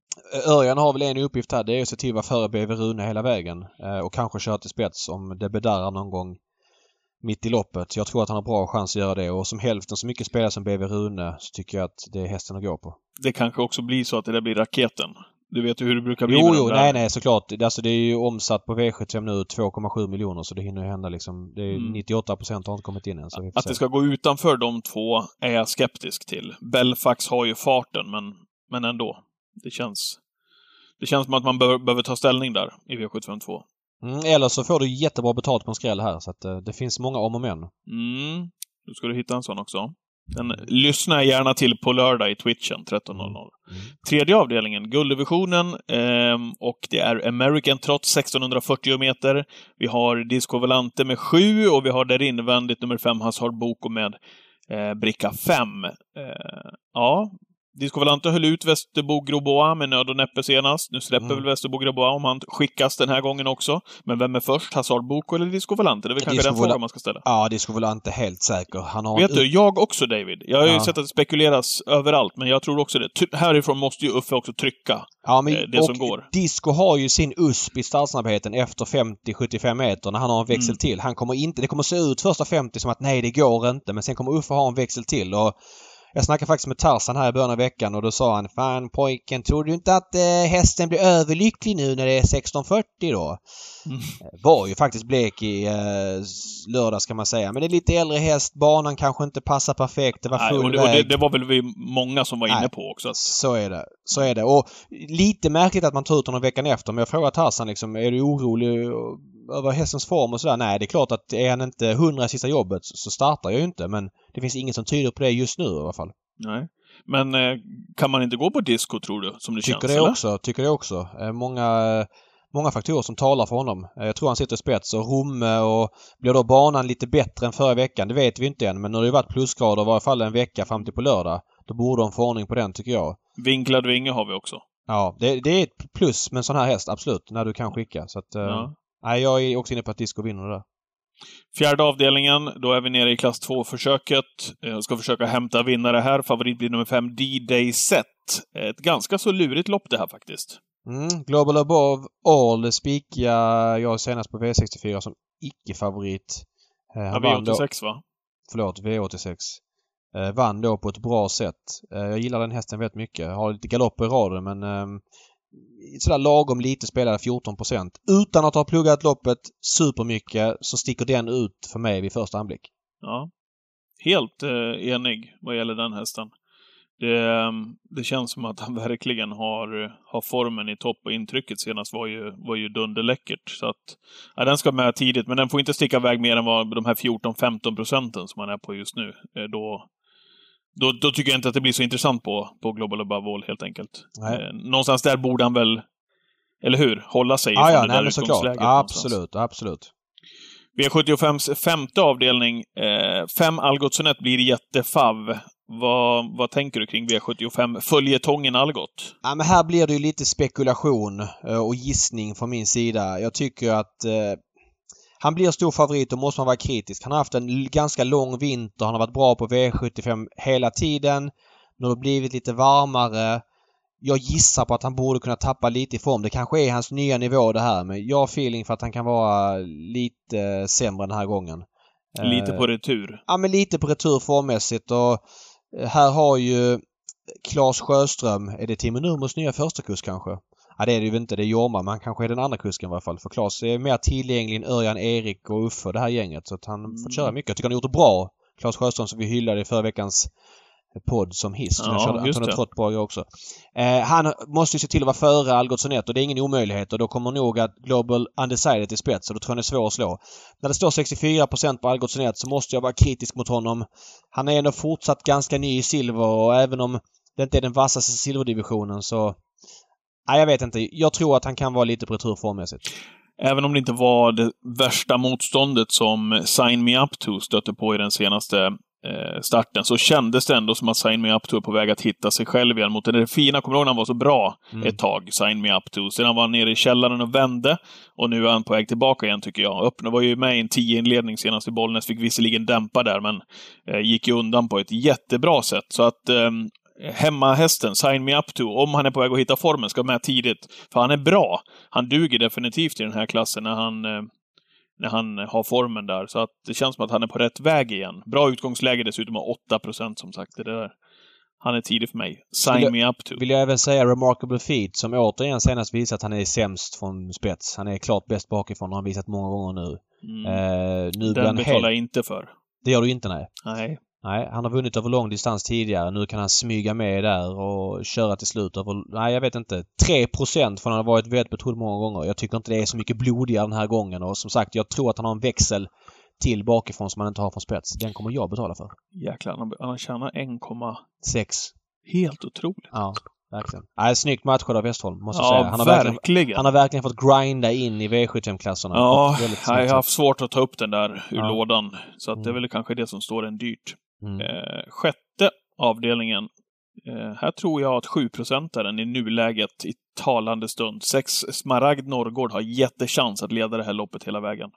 Örjan har väl en uppgift här, det är att se till att vara före B V Rune hela vägen. Eh, och kanske köra till spets om det bedarrar någon gång mitt i loppet. Jag tror att han har bra chans att göra det. Och som hälften så mycket spelare som B V Rune så tycker jag att det är hästen att gå på. Det kanske också blir så att det där blir raketen. Du vet ju hur det brukar bli. Jo, jo, nej, nej, såklart. Alltså, det är ju omsatt på V sjuttiofem nu två komma sju miljoner, så det hinner ju hända liksom. Det är mm. nittioåtta procent har inte kommit in än. Så vi får att se. Det ska gå utanför de två är jag skeptisk till. Belfax har ju farten, men, men ändå. Det känns... Det känns som att man bör, behöver ta ställning där i V sjuttiofem två. Mm, eller så får du jättebra betalt på en skräll här, så att uh, det finns många om och men. Mm, då ska du hitta en sån också. Den lyssnar gärna till på lördag i Twitchen tretton noll noll. Mm. Tredje avdelningen, gulddivisionen, eh, och det är American Trot sextonhundrafyrtio meter. Vi har Disco Volante med sju och vi har där invändigt nummer fem Hazard Boko med eh, bricka fem. Eh, ja... Disco Volante höll ut Västerbo Grobois med nöd och näppe senast. Nu släpper mm. väl Västerbo Grobois om han skickas den här gången också. Men vem är först? Hazard Boko eller Disco Volante? Det är väl kanske Disco den frågan man ska ställa. Ja, Disco Volante helt säker. Han har Vet du, jag också David. Jag har ju ja. sett att det spekuleras överallt, men jag tror också det. Ty- härifrån måste ju Uffe också trycka ja, men, eh, det som går. Disco har ju sin U S P i startsnabbheten efter femtio till sjuttiofem meter när han har en växel mm. till. Han kommer inte, det kommer se ut första femtio som att nej, det går inte. Men sen kommer Uffe ha en växel till och jag snackade faktiskt med Tarsan här i början av veckan och då sa han, fan pojken, tror du inte att eh, hästen blir överlycklig nu när det är sexton fyrtio då? Mm. Var ju faktiskt blek i eh, lördags kan man säga. Men det är lite äldre häst, banan kanske inte passar perfekt, det var full Nej, och det, väg. Och det, det var väl vi många som var Nej, inne på också. Att... Så är det, så är det. Och lite märkligt att man tar ut honom veckan efter, men jag frågar Tarsan liksom, är du orolig över hästens form och sådär? Nej, det är klart att är han inte hundra i sista jobbet så startar jag ju inte, men det finns inget som tyder på det just nu i alla fall. Nej. Men eh, kan man inte gå på disco, tror du, som det tycker känns? Det eller? Också, tycker det också. Eh, många, många faktorer som talar för honom. Jag tror han sitter i spets och Romme och blir då banan lite bättre än förra veckan. Det vet vi inte än, men nu har det varit plusgrader i varje fall en vecka fram till på lördag. Då borde de få ordning på den, tycker jag. Vinklad vinge har vi också. Ja, det, det är ett plus med en sån här häst, absolut, när du kan skicka. Så att, ja. Nej, jag är också inne på att Disco vinner det där. Fjärde avdelningen, då är vi nere i klass två-försöket. Jag ska försöka hämta vinnare här. Favorit blir nummer fem, D-Day Set. Ett ganska så lurigt lopp det här faktiskt. Mm, Global Above All spikar jag senast på V sextiofyra som icke-favorit. Eh, ja, V åttiosex då, va? Förlåt, V åttiosex. Eh, vann då på ett bra sätt. Eh, jag gillar den hästen väldigt mycket. Jag har lite galopp i raden, men eh, sådär lagom lite, spelade fjorton procent. Utan att ha pluggat loppet supermycket så sticker den ut för mig vid första anblick. Ja, helt eh, enig vad gäller den hästen. Det, det känns som att han verkligen har, har formen i topp, och intrycket senast var ju, var ju dunderläckert. Så att, ja, den ska med tidigt, men den får inte sticka iväg mer än vad de här fjorton till femton procenten som man är på just nu. Då, då, då tycker jag inte att det blir så intressant på, på Global Above All helt enkelt. Nej. Någonstans där borde han väl, eller hur, hålla sig ah, ifrån ja, det nej, där men utgångsläget. Absolut, någonstans. absolut. V sjuttiofems femte avdelning, eh, fem Algotssonet blir jättefav. Vad, vad tänker du kring V sjuttiofem? Följetongen Algot? Ja, men här blir det ju lite spekulation och gissning från min sida. Jag tycker att eh, han blir stor favorit och måste man vara kritisk. Han har haft en ganska lång vinter. Han har varit bra på V sjuttiofem hela tiden. Nu har det blivit lite varmare. Jag gissar på att han borde kunna tappa lite i form. Det kanske är hans nya nivå det här. Men jag har feeling för att han kan vara lite sämre den här gången. Lite på retur? Ja, men lite på retur formmässigt. Och här har ju Claes Sjöström, är det Timo Nurmos nya första kurs kanske? Ja, det är det ju inte, det är Jorma, men han kanske är den andra kusken i alla fall. För Claes är mer tillgänglig än Örjan, Erik och Uffe, det här gänget. Så att han mm. får köra mycket. Jag tycker han har gjort det bra. Claes Sjöström som vi hyllade i förra veckans podd som hiss. Ja, jag körde Anton Trott bra jag också. Eh, han måste ju se till att vara före Algotssonet och det är ingen omöjlighet. Och då kommer nog att Global Undecided i spets och då tror jag han är svår att slå. När det står sextiofyra procent på Algotssonet så måste jag vara kritisk mot honom. Han är ändå fortsatt ganska ny i silver och även om det inte är den vassaste silverdivisionen så... Nej, jag vet inte. Jag tror att han kan vara lite på retur formmässigt. Även om det inte var det värsta motståndet som Sign Me Up To stötte på i den senaste starten, så kändes det ändå som att Sign Me Up To är på väg att hitta sig själv igen mot den där fina, kommer du ihåg när han var så bra mm. ett tag, Sign Me Up To. Sen han var nere i källaren och vände och nu är han på väg tillbaka igen tycker jag. Öppna var ju med i en tio-inledning senast i Bollnäs, fick visserligen dämpa där men eh, gick ju undan på ett jättebra sätt. Så att eh, hemmahästen, Sign Me Up To, om han är på väg att hitta formen, ska med tidigt. För han är bra. Han duger definitivt i den här klassen när han eh, när han har formen där. Så att det känns som att han är på rätt väg igen. Bra utgångsläge dessutom av åtta procent som sagt. Det där. Han är tidig för mig. Sign jag, me up to. Vill jag även säga Remarkable Feat som återigen senast visat att han är sämst från spets. Han är klart bäst bakifrån och har visat många gånger nu. Mm. Eh, nu Den betalar helt... jag inte för. Det gör du inte, nej. Nej. Nej, han har vunnit över lång distans tidigare. Nu kan han smyga med där och köra till slut över... Nej, jag vet inte. tre procent från han har varit väldigt betrodd många gånger. Jag tycker inte det är så mycket blodigare den här gången. Och som sagt, jag tror att han har en växel till bakifrån som han inte har från spets. Den kommer jag betala för. Jäklar, han har tjänat en komma sex. Helt otroligt. Ja, verkligen. Nej, snyggt matchad av Westholm, måste jag ja, säga. Han har verkligen. verkligen. Han har verkligen fått grinda in i V sjuttiofem-klasserna. Ja, jag har haft svårt att ta upp den där ur ja. lådan. Så att mm. det är väl kanske det som står en dyrt. Mm. Eh, sjätte avdelningen. Eh, här tror jag att sju procentaren i nuläget i talande stund. sex Smaragd Norrgård har jättechans att leda det här loppet hela vägen.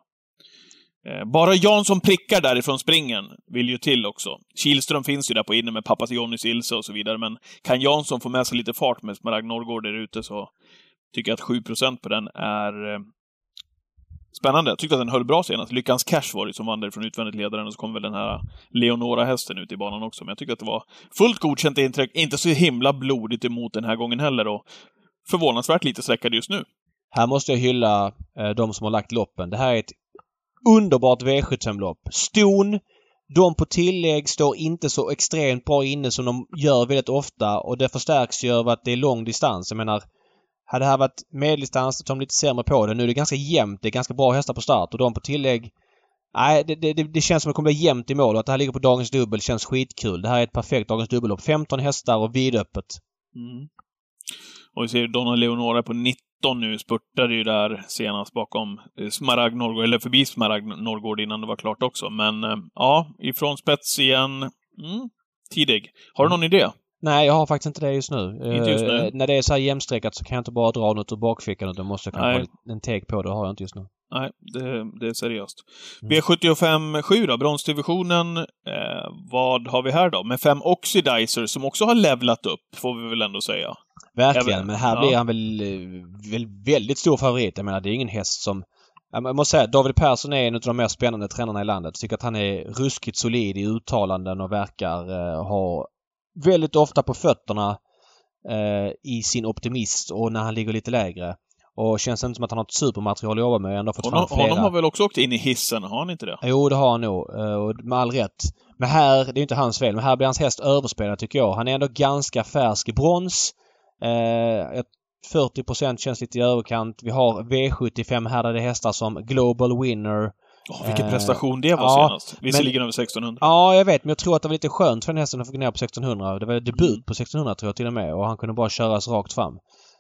Eh, bara Jansson prickar därifrån springen vill ju till också. Kihlström finns ju där på inne med pappas Jonnys Ilse och så vidare. Men kan Jansson få med sig lite fart med Smaragd Norrgård där ute så tycker jag att sju procent på den är... Eh, spännande. Jag tyckte att den höll bra senast. Lyckans Cash var det som vann därifrån utvändigt ledaren och så kom väl den här Leonora-hästen ut i banan också. Men jag tycker att det var fullt godkänt intryck. Inte så himla blodigt emot den här gången heller och förvånansvärt lite sträckade just nu. Här måste jag hylla eh, de som har lagt loppen. Det här är ett underbart V sjuttiofem-lopp. Ston, de på tillägg står inte så extremt bra inne som de gör väldigt ofta och det förstärks ju av att det är lång distans. Jag menar, hade det här varit medeldistans som lite sämre på det. Nu är det ganska jämnt. Det är ganska bra hästar på start. Och de på tillägg... Nej, det, det, det känns som att det kommer bli jämnt i mål. Och att det här ligger på dagens dubbel känns skitkul. Det här är ett perfekt dagens dubbellopp. femton hästar och vidöppet. Mm. Och vi ser Donna Leonora på nittio nitton nu, spurtade ju där senast bakom Smaragd Norrgård, eller förbi Smaragd Norrgård innan det var klart också. Men eh, ja, ifrån spets igen. Mm, tidig. Har du någon idé? Nej, jag har faktiskt inte det just nu. Inte just nu. Uh, när det är så här jämstreckat så kan jag inte bara dra något ur bakfickan utan måste kanske Nej. ha en take på det. Har jag inte just nu. Nej, det, det är seriöst. Mm. V sjuttiofem sju då, bronsdivisionen. Eh, vad har vi här då? Med fem Oxidizer som också har levlat upp, får vi väl ändå säga. Verkligen, Även, men här ja. blir han väl, väl väldigt stor favorit. Jag menar, det är ingen häst som... Jag måste säga, David Persson är en av de mer spännande tränarna i landet. Jag tycker att han är ruskigt solid i uttalanden och verkar eh, ha väldigt ofta på fötterna eh, i sin optimist och när han ligger lite lägre. Och känns inte som att han har ett supermaterial att jobba med. Ändå fått Honom, fram flera. honom har väl också åkt in i hissen, har han inte det? Jo, det har han nog. Och med all rätt. Men här, det är inte hans fel, men här blir hans häst överspelad tycker jag. Han är ändå ganska färsk i brons. Eh, fyrtio procent känns lite i överkant. Vi har V sjuttiofem härdade hästar som Global Winner. Oh, vilken eh, prestation det var ja, senast. Visserligen över sextonhundra. Ja, jag vet. Men jag tror att det var lite skönt för den hästen att få gå ner på sextonhundra. Det var debut på sextonhundra tror jag till och med. Och han kunde bara köras rakt fram.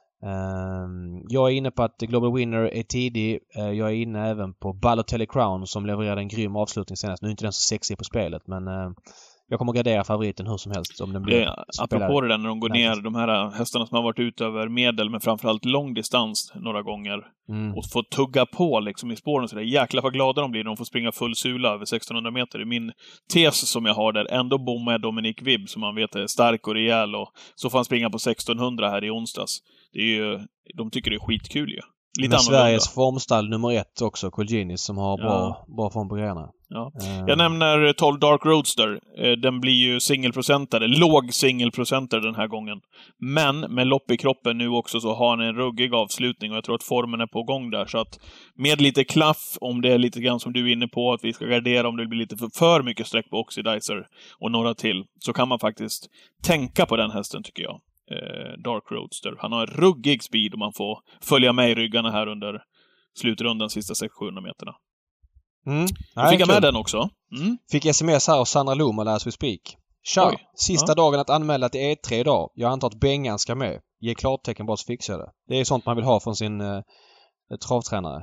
Um, jag är inne på att Global Winner är tidig. Uh, jag är inne även på Balotelli Crown som levererade en grym avslutning senast. Nu är inte den så sexig på spelet, men uh, jag kommer gradera favoriten hur som helst om den blir det, apropå det där när de går ner, de här hästarna som har varit ut över medel men framförallt lång distans några gånger mm. och får tugga på liksom i spåren så där. Jäklar vad glada de blir när de får springa full sula över sextonhundra meter. Det är min tes som jag har där. Ändå bommar jag Dominic Vibb som man vet är stark och rejäl och så får han springa på sextonhundra här i onsdags. Det är ju, de tycker det är skitkul ju. Lite med annorlunda. Sveriges formstall nummer ett också, Colginis, som har bra, Ja. bra form på grejerna. Ja. Uh. Jag nämner tolv Dark Roadster. Den blir ju singelprocentare. Låg singelprocentare den här gången. Men med lopp i kroppen nu också så har han en ruggig avslutning och jag tror att formen är på gång där. Så att med lite klaff, om det är lite grann som du är inne på, att vi ska gardera om det blir lite för, för mycket streck på Oxidizer och några till, så kan man faktiskt tänka på den hästen tycker jag. Dark Roadster. Han har en ruggig speed och man får följa med i ryggarna här under slutrundan sista sex sjuhundra meterna. Mm. Jag fick jag med den också. Mm. Fick sms här av Sandra Loma as we speak. Tja! Oj. Sista Ja. dagen att anmäla till E tre idag. Jag antar att Bengan ska med. Ge klartecken bara så fixar jag det. Det är sånt man vill ha från sin eh, travtränare.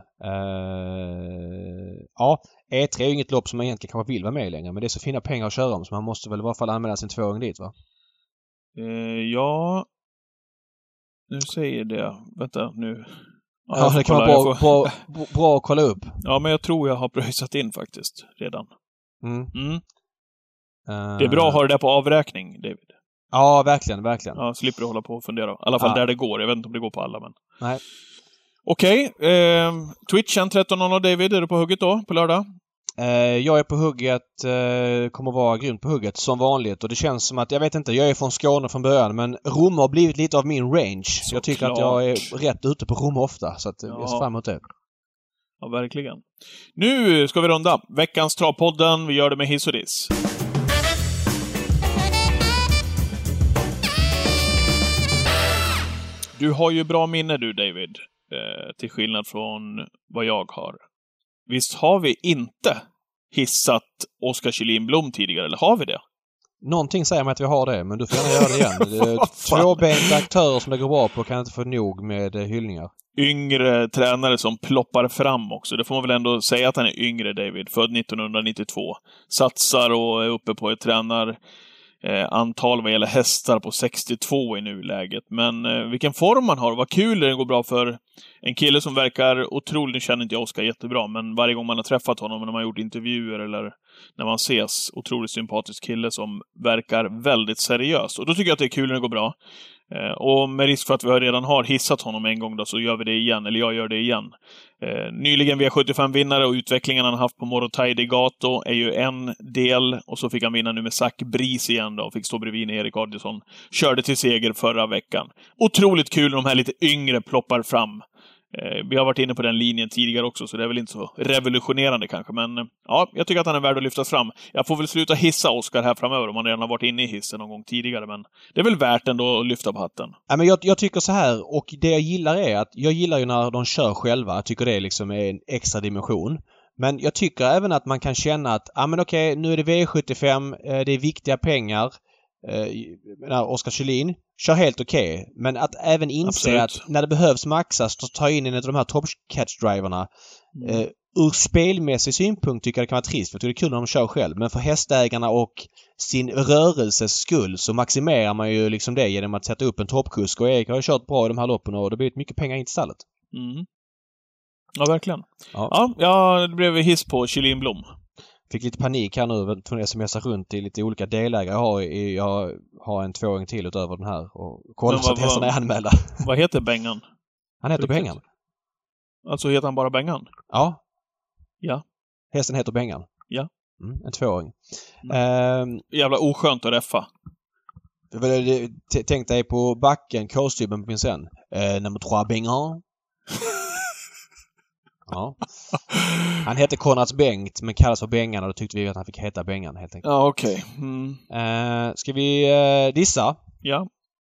Eh, ja, E tre är ju inget lopp som man egentligen kanske vill vara med i längre. Men det är så fina pengar att köra om så man måste väl i alla fall anmäla sin tvååring dit, va? Eh, ja... Nu säger det. Vänta, nu... Ja, jag får det kan kolla. vara bra, Jag får- bra, bra att kolla upp. Ja, men jag tror jag har pröjsat in faktiskt redan. Mm. Mm. Eh, Det är bra att ha det där på avräkning, David. Ja, verkligen, verkligen. Ja, slipper du hålla på och fundera. I alla fall Ja. där det går. Jag vet inte om det går på alla, men... Nej. Okej. Eh, Twitchen tretton noll noll David. Är du på hugget då, på lördag? Eh, jag är på hugget, eh, kommer vara grymt på hugget som vanligt och det känns som att, jag vet inte, jag är från Skåne från början men Rom har blivit lite av min range. Så jag tycker klart. att jag är rätt ute på Rom ofta så att Ja. jag ser fram emot det. Ja, verkligen. Nu ska vi runda. Veckans travpodden. Vi gör det med hiss och diss. Du har ju bra minne du, David. Eh, till skillnad från vad jag har. Visst har vi inte hissat Oskar Kjellin Blom tidigare, eller har vi det? Någonting säger mig att vi har det, men du får gärna göra det igen. Det är tvåbenta aktörer som det går bra på kan inte få nog med eh, hyllningar. Yngre tränare som ploppar fram också. Det får man väl ändå säga att han är yngre, David. Född nittonhundranittiotvå. Satsar och är uppe på ett tränar... Eh, antal vad gäller hästar på sextiotvå i nuläget. Men eh, vilken form han har. Vad kul det går bra för en kille som verkar otroligt, nu känner inte jag Oskar jättebra, men varje gång man har träffat honom, när man har gjort intervjuer eller när man ses, otroligt sympatisk kille som verkar väldigt seriös. Och då tycker jag att det är kul när det går bra. Eh, och med risk för att vi redan har hissat honom en gång då, så gör vi det igen, eller jag gör det igen. Eh, nyligen V sjuttiofem-vinnare och utvecklingen han har haft på Morotai de Gato är ju en del. Och så fick han vinna nu med Zac Bris igen då och fick stå bredvid när Erik Adielsson körde till seger förra veckan. Otroligt kul när de här lite yngre ploppar fram. Eh, vi har varit inne på den linjen tidigare också, så det är väl inte så revolutionerande kanske. Men eh, ja, jag tycker att han är värd att lyftas fram. Jag får väl sluta hissa Oskar här framöver om han redan har varit inne i hissen någon gång tidigare. Men det är väl värt ändå att lyfta på hatten. Ja, men jag, jag tycker så här, och det jag gillar är att jag gillar ju när de kör själva. Jag tycker det liksom är en extra dimension. Men jag tycker även att man kan känna att, ja men okej, nu är det V sjuttiofem, det är viktiga pengar. Eh, Oskar Kjellin kör helt okej. Okay, men att även inse Absolut. att när det behövs maxas så ta in en av de här top catch-driverna. Mm. Eh, ur spelmässig synpunkt tycker jag det kan vara trist. För jag tycker det är kul när de kör själv. Men för hästägarna och sin rörelses skull så maximerar man ju liksom det genom att sätta upp en toppkusk. Och Erik har ju kört bra i de här loppen och det har blivit mycket pengar in till stallet. Mm. Ja, verkligen. Ja. Ja, ja, det blev hiss på Kjellin Blom. Fick lite panik här nu från smsa runt i lite olika delägare. Jag har, jag har en tvååring till utöver den här och kollar så att hästarna är anmälda. Vad heter Bengan? Han heter Bengan. Alltså heter han bara Bengan? Ja. Ja. Hästen heter Bengan. Ja. Mm, en tvååring. Mm. Um, Jävla oskönt att räffa. Tänk dig på backen, kostymen på min sen. Uh, nummer tre Bengan. Ja. Han hette Konrads Bengt men kallas för Bengan och då tyckte vi att han fick heta Bengan helt enkelt. Ja, okej. Okay. Mm. Uh, ska vi uh, dissa? Ja.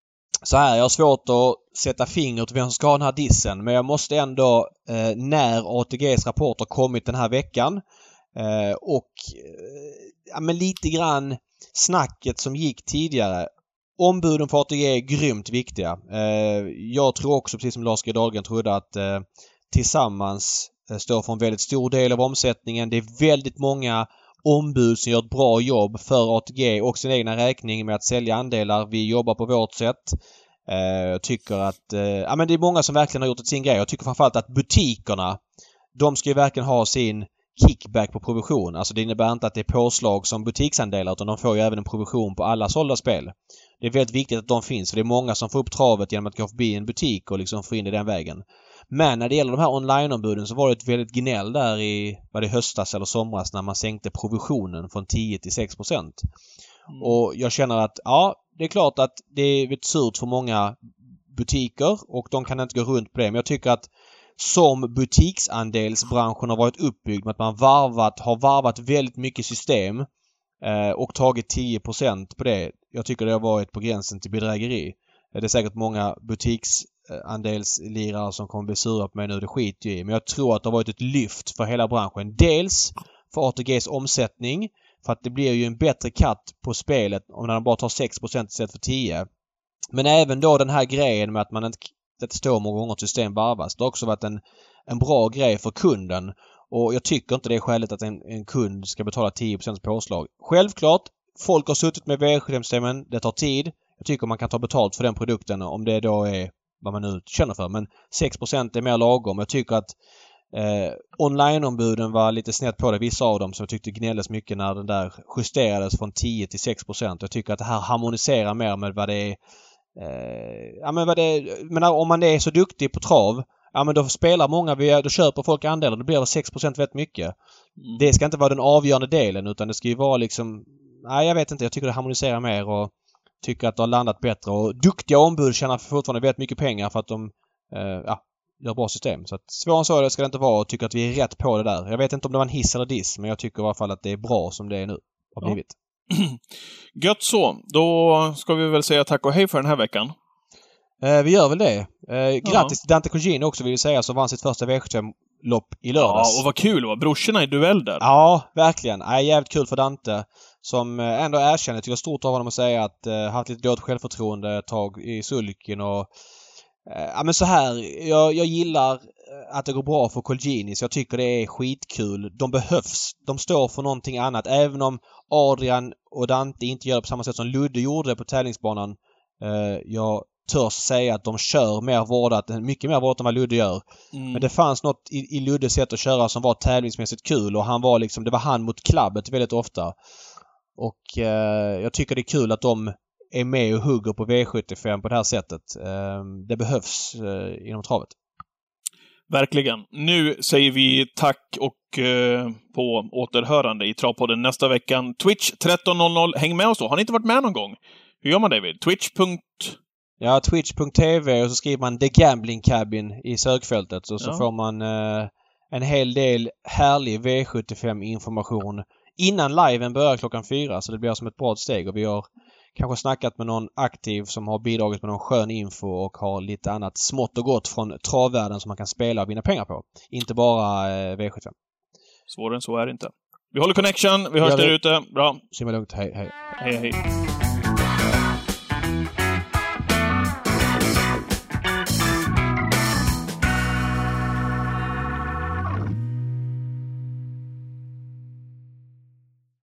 Så här, jag har svårt att sätta fingret på vem som ska ha den här dissen. Men jag måste ändå, uh, när A T G:s rapport har kommit den här veckan uh, och uh, ja, men lite grann snacket som gick tidigare. Ombuden för A T G är grymt viktiga. Uh, jag tror också, precis som Lars G. Dahlgren trodde, att uh, tillsammans står för en väldigt stor del av omsättningen. Det är väldigt många ombud som gör ett bra jobb för A T G och sin egna räkning med att sälja andelar. Vi jobbar på vårt sätt. Jag tycker att ja, men det är många som verkligen har gjort ett sin grej. Jag tycker framförallt att butikerna, de ska ju verkligen ha sin kickback på provision. Alltså det innebär inte att det är påslag som butiksandelar utan de får ju även en provision på alla sålda spel. Det är väldigt viktigt att de finns för det är många som får upp travet genom att gå förbi en butik och liksom få in det den vägen. Men när det gäller de här online-ombuden så var det ett väldigt gnäll där i var det höstas eller somras när man sänkte provisionen från tio till sex procent. Mm. Och jag känner att ja, det är klart att det är väldigt surt för många butiker och de kan inte gå runt på det. Men jag tycker att som butiksandelsbranschen har varit uppbyggd med att man varvat, har varvat väldigt mycket system eh, och tagit tio procent på det. Jag tycker det har varit på gränsen till bedrägeri. Det är säkert många butiksandelslirare som kommer bli sura på mig nu. Det skiter ju i. Men jag tror att det har varit ett lyft för hela branschen. Dels för A T G:s omsättning. För att det blir ju en bättre cut på spelet om när de bara tar sex procent istället för tio procent. Men även då den här grejen med att man inte det står många gånger att system varvas. Det har också varit en, en bra grej för kunden. Och jag tycker inte det är skäligt att en, en kund ska betala tio procent påslag. Självklart, folk har suttit med V sjuttiofem-systemen. Det tar tid. Jag tycker man kan ta betalt för den produkten om det då är vad man nu känner för. Men sex procent är mer lagom. Jag tycker att eh, online-ombuden var lite snett på det. Vissa av dem som jag tyckte gnälldes mycket när den där justerades från tio till sex procent. Jag tycker att det här harmoniserar mer med vad det är. Eh, ja, men vad det är, men om man är så duktig på trav, ja men då spelar många, då köper folk andelar. Då blir det sex procent väldigt mycket. Mm. Det ska inte vara den avgörande delen utan det ska ju vara liksom, nej jag vet inte, jag tycker det harmoniserar mer och tycker att det har landat bättre och duktiga ombud tjänar fortfarande väldigt mycket pengar för att de eh, ja, gör bra system. Så att svårare så det ska det inte vara och tycker att vi är rätt på det där. Jag vet inte om det var en hiss eller diss men jag tycker i alla fall att det är bra som det är nu har blivit. Ja. Gött så. Då ska vi väl säga tack och hej för den här veckan. Eh, vi gör väl det. Eh, grattis ja. till Dante Cugino också vill vi säga som vann sitt första V sjuttiofem-lopp i lördags. Ja, och vad kul va? Brorsorna i duell där. Ja, verkligen. Ja, jävligt kul för Dante. Som ändå erkänner, tycker jag stort av honom att säga att uh, haft lite dåligt självförtroende ett tag i sulken och uh, ja men så här, jag, jag gillar att det går bra för Colgjini så jag tycker det är skitkul. De behövs. De står för någonting annat. Även om Adrian och Dante inte gör det på samma sätt som Ludde gjorde på tävlingsbanan. Uh, jag törs säga att de kör mer vårdat, mycket mer vårdat än vad Ludde gör. Mm. Men det fanns något i, i Luddes sätt att köra som var tävlingsmässigt kul och han var liksom, det var han mot klabbet väldigt ofta. Och eh, jag tycker det är kul att de är med och hugger på V sjuttiofem på det här sättet. Eh, det behövs eh, inom travet. Verkligen. Nu säger vi tack och eh, på återhörande i Travpodden nästa veckan. Twitch tretton noll noll. Häng med oss då. Har ni inte varit med någon gång? Hur gör man David? Twitch. Ja, twitch punkt tv och så skriver man The Gambling Cabin i sökfältet och så ja. får man eh, en hel del härlig V sjuttiofem-information innan liven börjar klockan fyra så det blir som ett bra steg och vi har kanske snackat med någon aktiv som har bidragit med någon skön info och har lite annat smått och gott från travvärlden som man kan spela och vinna pengar på. Inte bara eh, V sjuttiofem. Svårare än så är det inte. Vi håller connection. Vi hörs Ja, där ute. Bra. Simma lugnt. Hej, hej. Hej, hej.